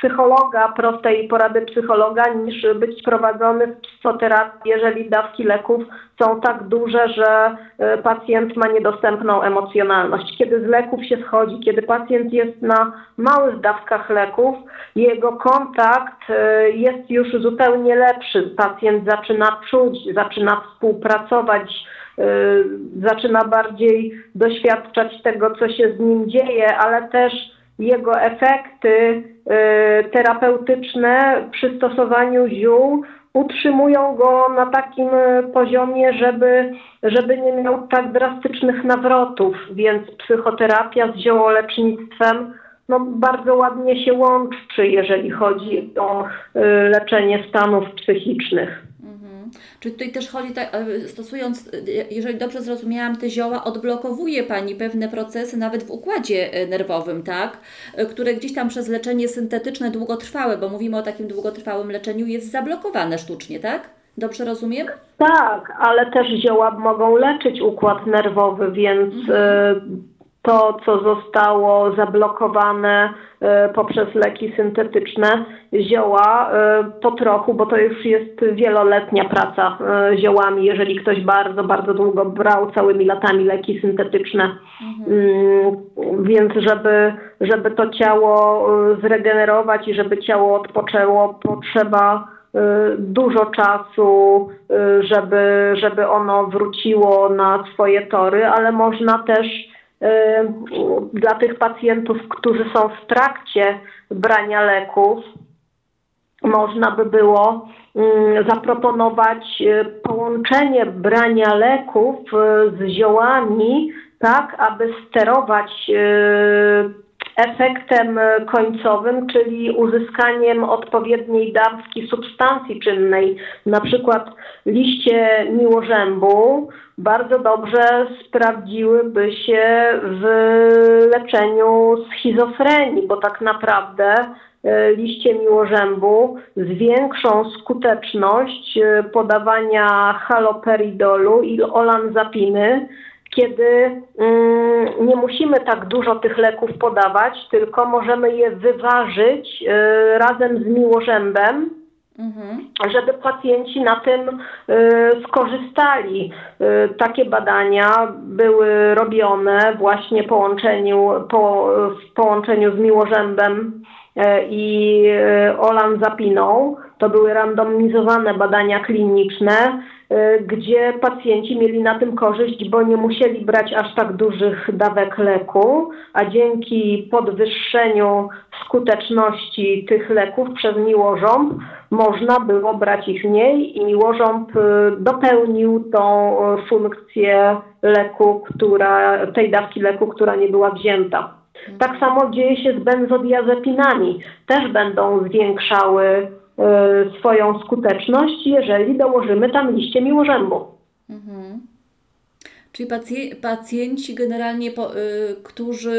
psychologa, prostej porady psychologa, niż być prowadzony w psychoterapię, jeżeli dawki leków są tak duże, że pacjent ma niedostępną emocjonalność. Kiedy z leków się schodzi, kiedy pacjent jest na małych dawkach leków, jego kontakt jest już zupełnie lepszy. Pacjent zaczyna czuć, zaczyna współpracować, zaczyna bardziej doświadczać tego, co się z nim dzieje, ale też jego efekty terapeutyczne przy stosowaniu ziół utrzymują go na takim poziomie, żeby, żeby nie miał tak drastycznych nawrotów, więc psychoterapia z ziołolecznictwem no, bardzo ładnie się łączy, jeżeli chodzi o leczenie stanów psychicznych. Czy tutaj też chodzi, tak, stosując, jeżeli dobrze zrozumiałam, te zioła, odblokowuje Pani pewne procesy nawet w układzie nerwowym, tak? Które gdzieś tam przez leczenie syntetyczne długotrwałe, bo mówimy o takim długotrwałym leczeniu, jest zablokowane sztucznie, tak? Dobrze rozumiem? Tak, ale też zioła mogą leczyć układ nerwowy, więc mhm. to, co zostało zablokowane poprzez leki syntetyczne, zioła po trochu, bo to już jest wieloletnia praca ziołami, jeżeli ktoś bardzo, bardzo długo brał całymi latami leki syntetyczne, mhm. więc żeby, żeby to ciało zregenerować i żeby ciało odpoczęło, potrzeba dużo czasu, żeby, żeby ono wróciło na swoje tory, ale można też dla tych pacjentów, którzy są w trakcie brania leków, można by było zaproponować połączenie brania leków z ziołami, tak aby sterować efektem końcowym, czyli uzyskaniem odpowiedniej dawki substancji czynnej. Na przykład liście miłożębu bardzo dobrze sprawdziłyby się w leczeniu schizofrenii, bo tak naprawdę liście miłożębu zwiększą skuteczność podawania haloperidolu i olanzapiny, kiedy mm, nie musimy tak dużo tych leków podawać, tylko możemy je wyważyć y, razem z miłożębem, mhm. żeby pacjenci na tym y, skorzystali. Y, takie badania były robione właśnie połączeniu, po, w połączeniu z miłożębem y, i y, olanzapiną. To były randomizowane badania kliniczne, gdzie pacjenci mieli na tym korzyść, bo nie musieli brać aż tak dużych dawek leku, a dzięki podwyższeniu skuteczności tych leków przez miłożąb można było brać ich mniej i miłożąb dopełnił tą funkcję leku, która, tej dawki leku, która nie była wzięta. Tak samo dzieje się z benzodiazepinami. Też będą zwiększały swoją skuteczność, jeżeli dołożymy tam liście miłożębu. Mhm. Czyli pacj- pacjenci generalnie, po, y, którzy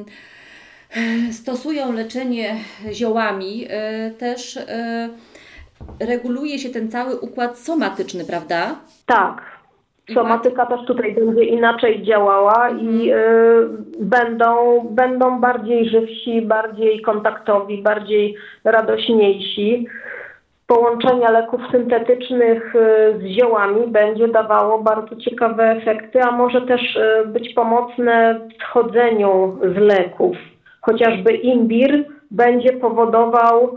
y, stosują leczenie ziołami, y, też y, reguluje się ten cały układ somatyczny, prawda? Tak. Somatyka też tutaj będzie inaczej działała mhm. i y, będą, będą bardziej żywsi, bardziej kontaktowi, bardziej radośniejsi. Połączenia leków syntetycznych z ziołami będzie dawało bardzo ciekawe efekty, a może też być pomocne w schodzeniu z leków. Chociażby imbir będzie powodował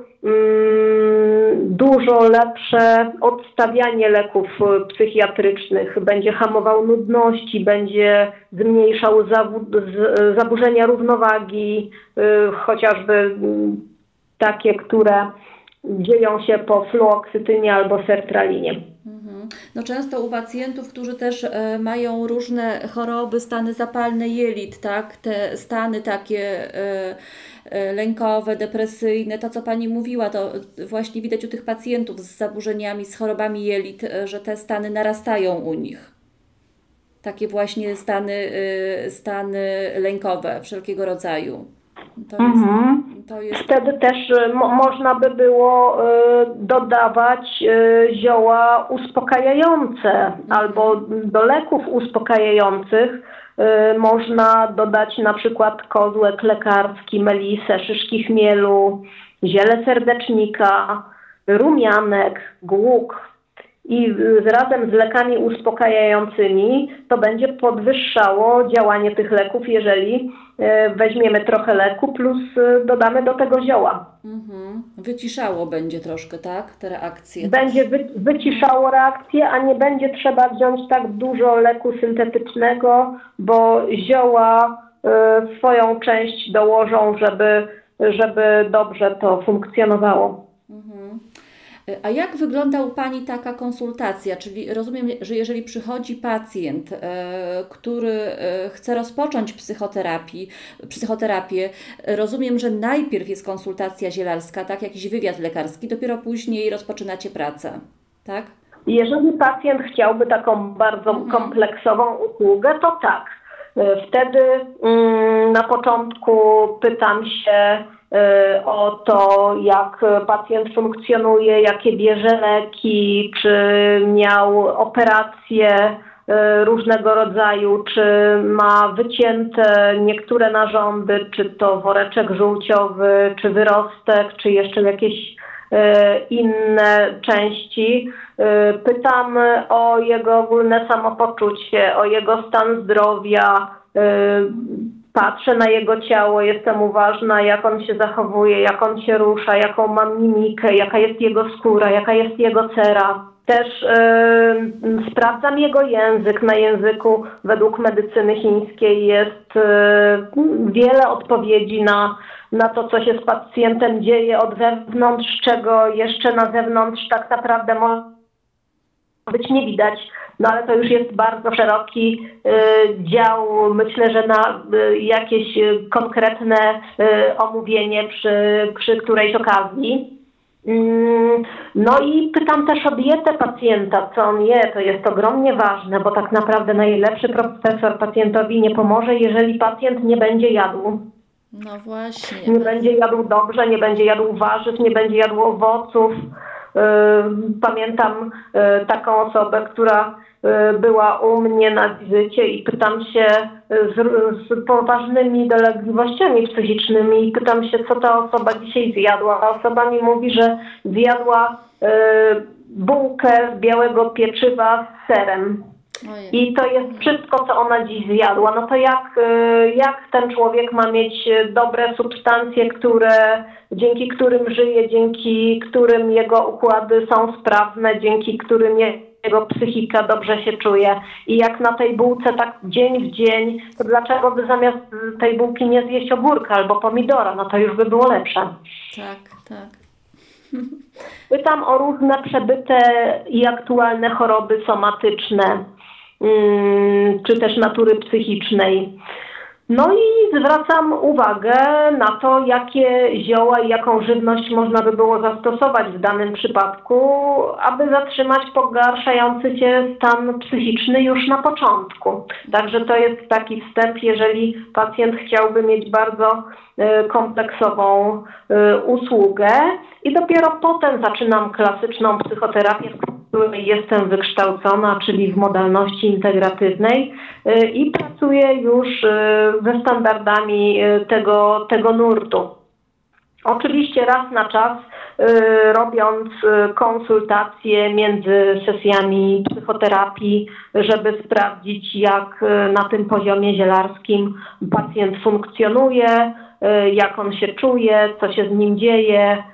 mm, dużo lepsze odstawianie leków psychiatrycznych, będzie hamował nudności, będzie zmniejszał zawód, z, zaburzenia równowagi, y, chociażby y, takie, które dzieją się po fluoksytynie albo sertralinie. No często u pacjentów, którzy też e, mają różne choroby, stany zapalne jelit, tak, te stany takie e, e, lękowe, depresyjne, to co Pani mówiła, to właśnie widać u tych pacjentów z zaburzeniami, z chorobami jelit, e, że te stany narastają u nich. Takie właśnie stany, e, stany lękowe wszelkiego rodzaju. To jest, mhm. to jest... Wtedy też mo- można by było y, dodawać y, zioła uspokajające mhm. albo do leków uspokajających y, można dodać na przykład kozłek lekarski, melisę, szyszki chmielu, ziele serdecznika, rumianek, głuk i razem z lekami uspokajającymi to będzie podwyższało działanie tych leków, jeżeli weźmiemy trochę leku plus dodamy do tego zioła. Mhm. Wyciszało będzie troszkę, tak? Te reakcje. Będzie wy, wyciszało reakcję, a nie będzie trzeba wziąć tak dużo leku syntetycznego, bo zioła y, swoją część dołożą, żeby, żeby dobrze to funkcjonowało. Mhm. A jak wygląda u Pani taka konsultacja? Czyli rozumiem, że jeżeli przychodzi pacjent, e, który e, chce rozpocząć psychoterapii, psychoterapię, rozumiem, że najpierw jest konsultacja zielarska, tak, jakiś wywiad lekarski, dopiero później rozpoczynacie pracę, tak? Jeżeli pacjent chciałby taką bardzo mhm. kompleksową usługę, to tak. Wtedy mm, na początku pytam się o to, jak pacjent funkcjonuje, jakie bierze leki, czy miał operacje różnego rodzaju, czy ma wycięte niektóre narządy, czy to woreczek żółciowy, czy wyrostek, czy jeszcze jakieś inne części. Pytam o jego ogólne samopoczucie, o jego stan zdrowia. Patrzę na jego ciało, jestem uważna, jak on się zachowuje, jak on się rusza, jaką ma mimikę, jaka jest jego skóra, jaka jest jego cera. Też yy, sprawdzam jego język. Na języku według medycyny chińskiej jest yy, wiele odpowiedzi na, na to, co się z pacjentem dzieje od wewnątrz, czego jeszcze na zewnątrz tak naprawdę może być nie widać. No ale to już jest bardzo szeroki y, dział, myślę, że na y, jakieś y, konkretne y, omówienie przy, przy którejś okazji. Mm, no i pytam też o dietę pacjenta, co on je, to jest ogromnie ważne, bo tak naprawdę najlepszy profesor pacjentowi nie pomoże, jeżeli pacjent nie będzie jadł. No właśnie. Nie będzie jadł dobrze, nie będzie jadł warzyw, nie będzie jadł owoców. Pamiętam taką osobę, która była u mnie na wizycie i pytam się z, z poważnymi dolegliwościami psychicznymi i pytam się, co ta osoba dzisiaj zjadła. A osoba mi mówi, że zjadła bułkę z białego pieczywa z serem. I to jest wszystko, co ona dziś zjadła. No to jak, jak ten człowiek ma mieć dobre substancje, które, dzięki którym żyje, dzięki którym jego układy są sprawne, dzięki którym jego psychika dobrze się czuje. I jak na tej bułce tak dzień w dzień, to dlaczego by zamiast tej bułki nie zjeść ogórka albo pomidora? No to już by było lepsze. Tak, tak. Pytam o różne przebyte i aktualne choroby somatyczne, czy też natury psychicznej. No i zwracam uwagę na to, jakie zioła i jaką żywność można by było zastosować w danym przypadku, aby zatrzymać pogarszający się stan psychiczny już na początku. Także to jest taki wstęp, jeżeli pacjent chciałby mieć bardzo kompleksową usługę i dopiero potem zaczynam klasyczną psychoterapię, w której jestem wykształcona, czyli w modalności integratywnej i pracuję już ze standardami tego, tego nurtu. Oczywiście raz na czas, robiąc konsultacje między sesjami psychoterapii, żeby sprawdzić, jak na tym poziomie zielarskim pacjent funkcjonuje, jak on się czuje, co się z nim dzieje.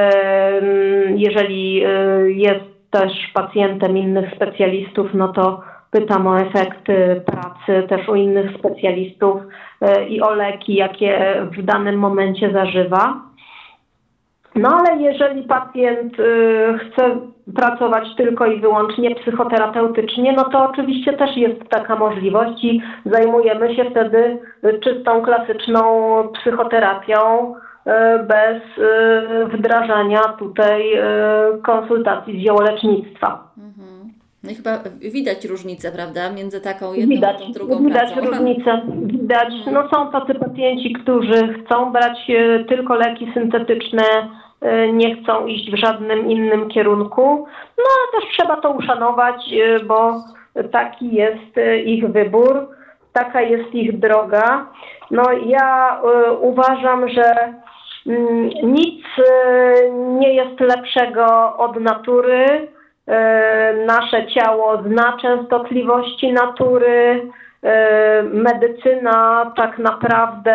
Jeżeli jest też pacjentem innych specjalistów, no to pytam o efekty pracy też u innych specjalistów i o leki, jakie w danym momencie zażywa. No ale jeżeli pacjent chce pracować tylko i wyłącznie psychoterapeutycznie, no to oczywiście też jest taka możliwość i zajmujemy się wtedy czystą, klasyczną psychoterapią bez wdrażania tutaj konsultacji z ziołolecznictwa. Mhm. No i chyba widać różnicę, prawda, między taką jedną widać, a tą drugą widać pracą. różnicę, widać. No są tacy pacjenci, którzy chcą brać tylko leki syntetyczne, nie chcą iść w żadnym innym kierunku. No ale też trzeba to uszanować, bo taki jest ich wybór, taka jest ich droga. No ja uważam, że Nic nie jest lepszego od natury. Nasze ciało zna częstotliwości natury. Medycyna tak naprawdę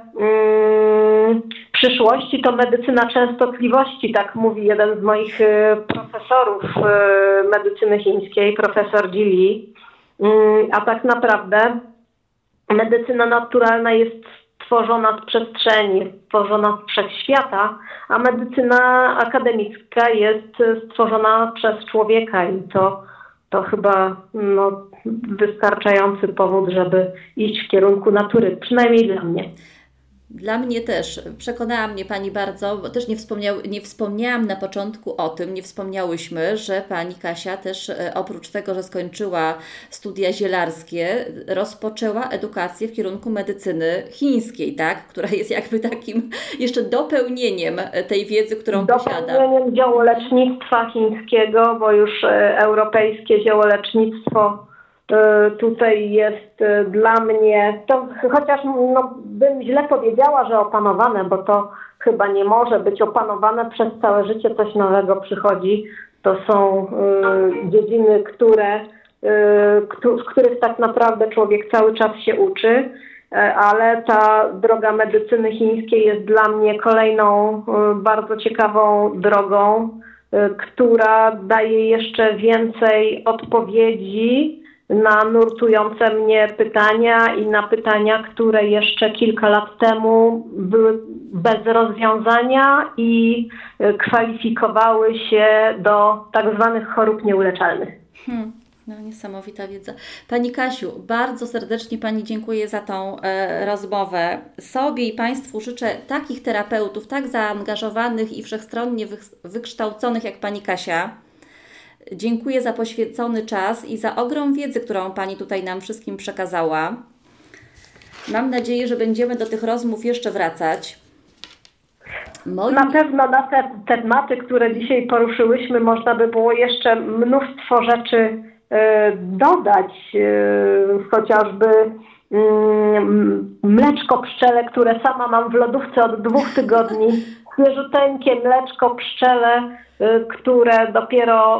w przyszłości to medycyna częstotliwości, tak mówi jeden z moich profesorów medycyny chińskiej, profesor Ji. A tak naprawdę medycyna naturalna jest tworzona z przestrzeni, stworzona z wszechświata, a medycyna akademicka jest stworzona przez człowieka i to, to chyba no, wystarczający powód, żeby iść w kierunku natury, przynajmniej dla mnie. Dla mnie też. Przekonała mnie Pani bardzo, bo też nie, wspomniał, nie wspomniałam na początku o tym, nie wspomniałyśmy, że Pani Kasia też oprócz tego, że skończyła studia zielarskie, rozpoczęła edukację w kierunku medycyny chińskiej, tak? Która jest jakby takim jeszcze dopełnieniem tej wiedzy, którą posiada. Dopełnieniem ziołolecznictwa chińskiego, bo już europejskie ziołolecznictwo tutaj jest dla mnie, to chociaż no, bym źle powiedziała, że opanowane, bo to chyba nie może być opanowane przez całe życie, coś nowego przychodzi. To są y, dziedziny, które, y, w których tak naprawdę człowiek cały czas się uczy, y, ale ta droga medycyny chińskiej jest dla mnie kolejną y, bardzo ciekawą drogą, y, która daje jeszcze więcej odpowiedzi na nurtujące mnie pytania i na pytania, które jeszcze kilka lat temu były bez rozwiązania i kwalifikowały się do tak zwanych chorób nieuleczalnych. Hmm. No, niesamowita wiedza. Pani Kasiu, bardzo serdecznie Pani dziękuję za tą e, rozmowę. Sobie i Państwu życzę takich terapeutów, tak zaangażowanych i wszechstronnie wy, wykształconych jak Pani Kasia. Dziękuję za poświęcony czas i za ogrom wiedzy, którą Pani tutaj nam wszystkim przekazała. Mam nadzieję, że będziemy do tych rozmów jeszcze wracać. Moim... Na pewno na te tematy, które dzisiaj poruszyłyśmy, można by było jeszcze mnóstwo rzeczy y, dodać, y, chociażby y, mleczko pszczele, które sama mam w lodówce od dwóch tygodni, świeżuteńkie mleczko pszczele, które dopiero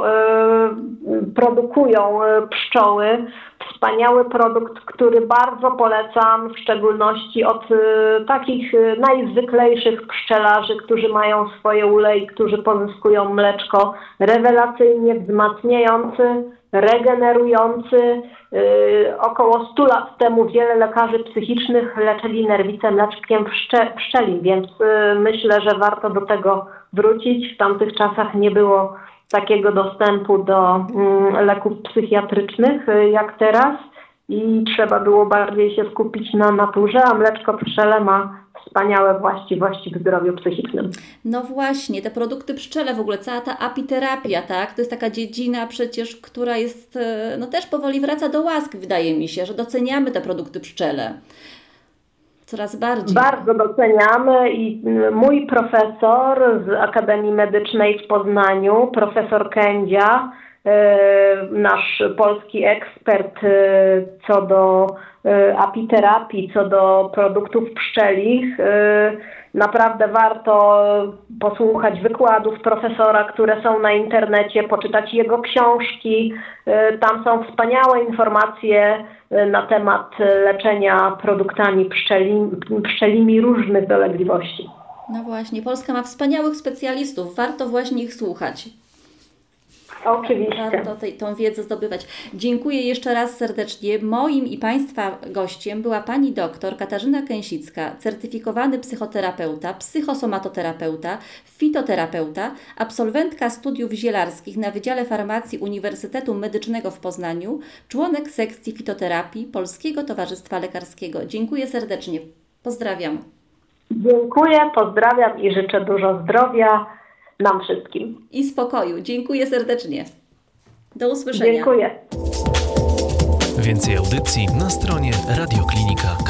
produkują pszczoły. Wspaniały produkt, który bardzo polecam, w szczególności od takich najzwyklejszych pszczelarzy, którzy mają swoje ule i którzy pozyskują mleczko rewelacyjnie wzmacniający, regenerujący. Około stu lat temu wiele lekarzy psychicznych leczyli nerwicę mleczkiem pszcze, pszczelim, więc myślę, że warto do tego wrócić. W tamtych czasach nie było takiego dostępu do leków psychiatrycznych jak teraz i trzeba było bardziej się skupić na naturze, a mleczko pszczele ma wspaniałe właściwości w zdrowiu psychicznym. No właśnie, te produkty pszczele, w ogóle cała ta apiterapia, tak? To jest taka dziedzina przecież, która jest, no też powoli wraca do łask, wydaje mi się, że doceniamy te produkty pszczele. Coraz bardziej. Bardzo doceniamy i mój profesor z Akademii Medycznej w Poznaniu, profesor Kędzia, nasz polski ekspert co do apiterapii, co do produktów pszczelich. Naprawdę warto posłuchać wykładów profesora, które są na internecie, poczytać jego książki. Tam są wspaniałe informacje na temat leczenia produktami pszczeli, pszczelimi różnych dolegliwości. No właśnie, Polska ma wspaniałych specjalistów, warto właśnie ich słuchać. Oczywiście. Warto tej, tą wiedzę zdobywać. Dziękuję jeszcze raz serdecznie. Moim i Państwa gościem była Pani doktor Katarzyna Kęsicka, certyfikowany psychoterapeuta, psychosomatoterapeuta, fitoterapeuta, absolwentka studiów zielarskich na Wydziale Farmacji Uniwersytetu Medycznego w Poznaniu, członek sekcji fitoterapii Polskiego Towarzystwa Lekarskiego. Dziękuję serdecznie. Pozdrawiam. Dziękuję, pozdrawiam i życzę dużo zdrowia nam wszystkim. I spokoju. Dziękuję serdecznie. Do usłyszenia. Dziękuję. Więcej audycji na stronie Radio Klinika.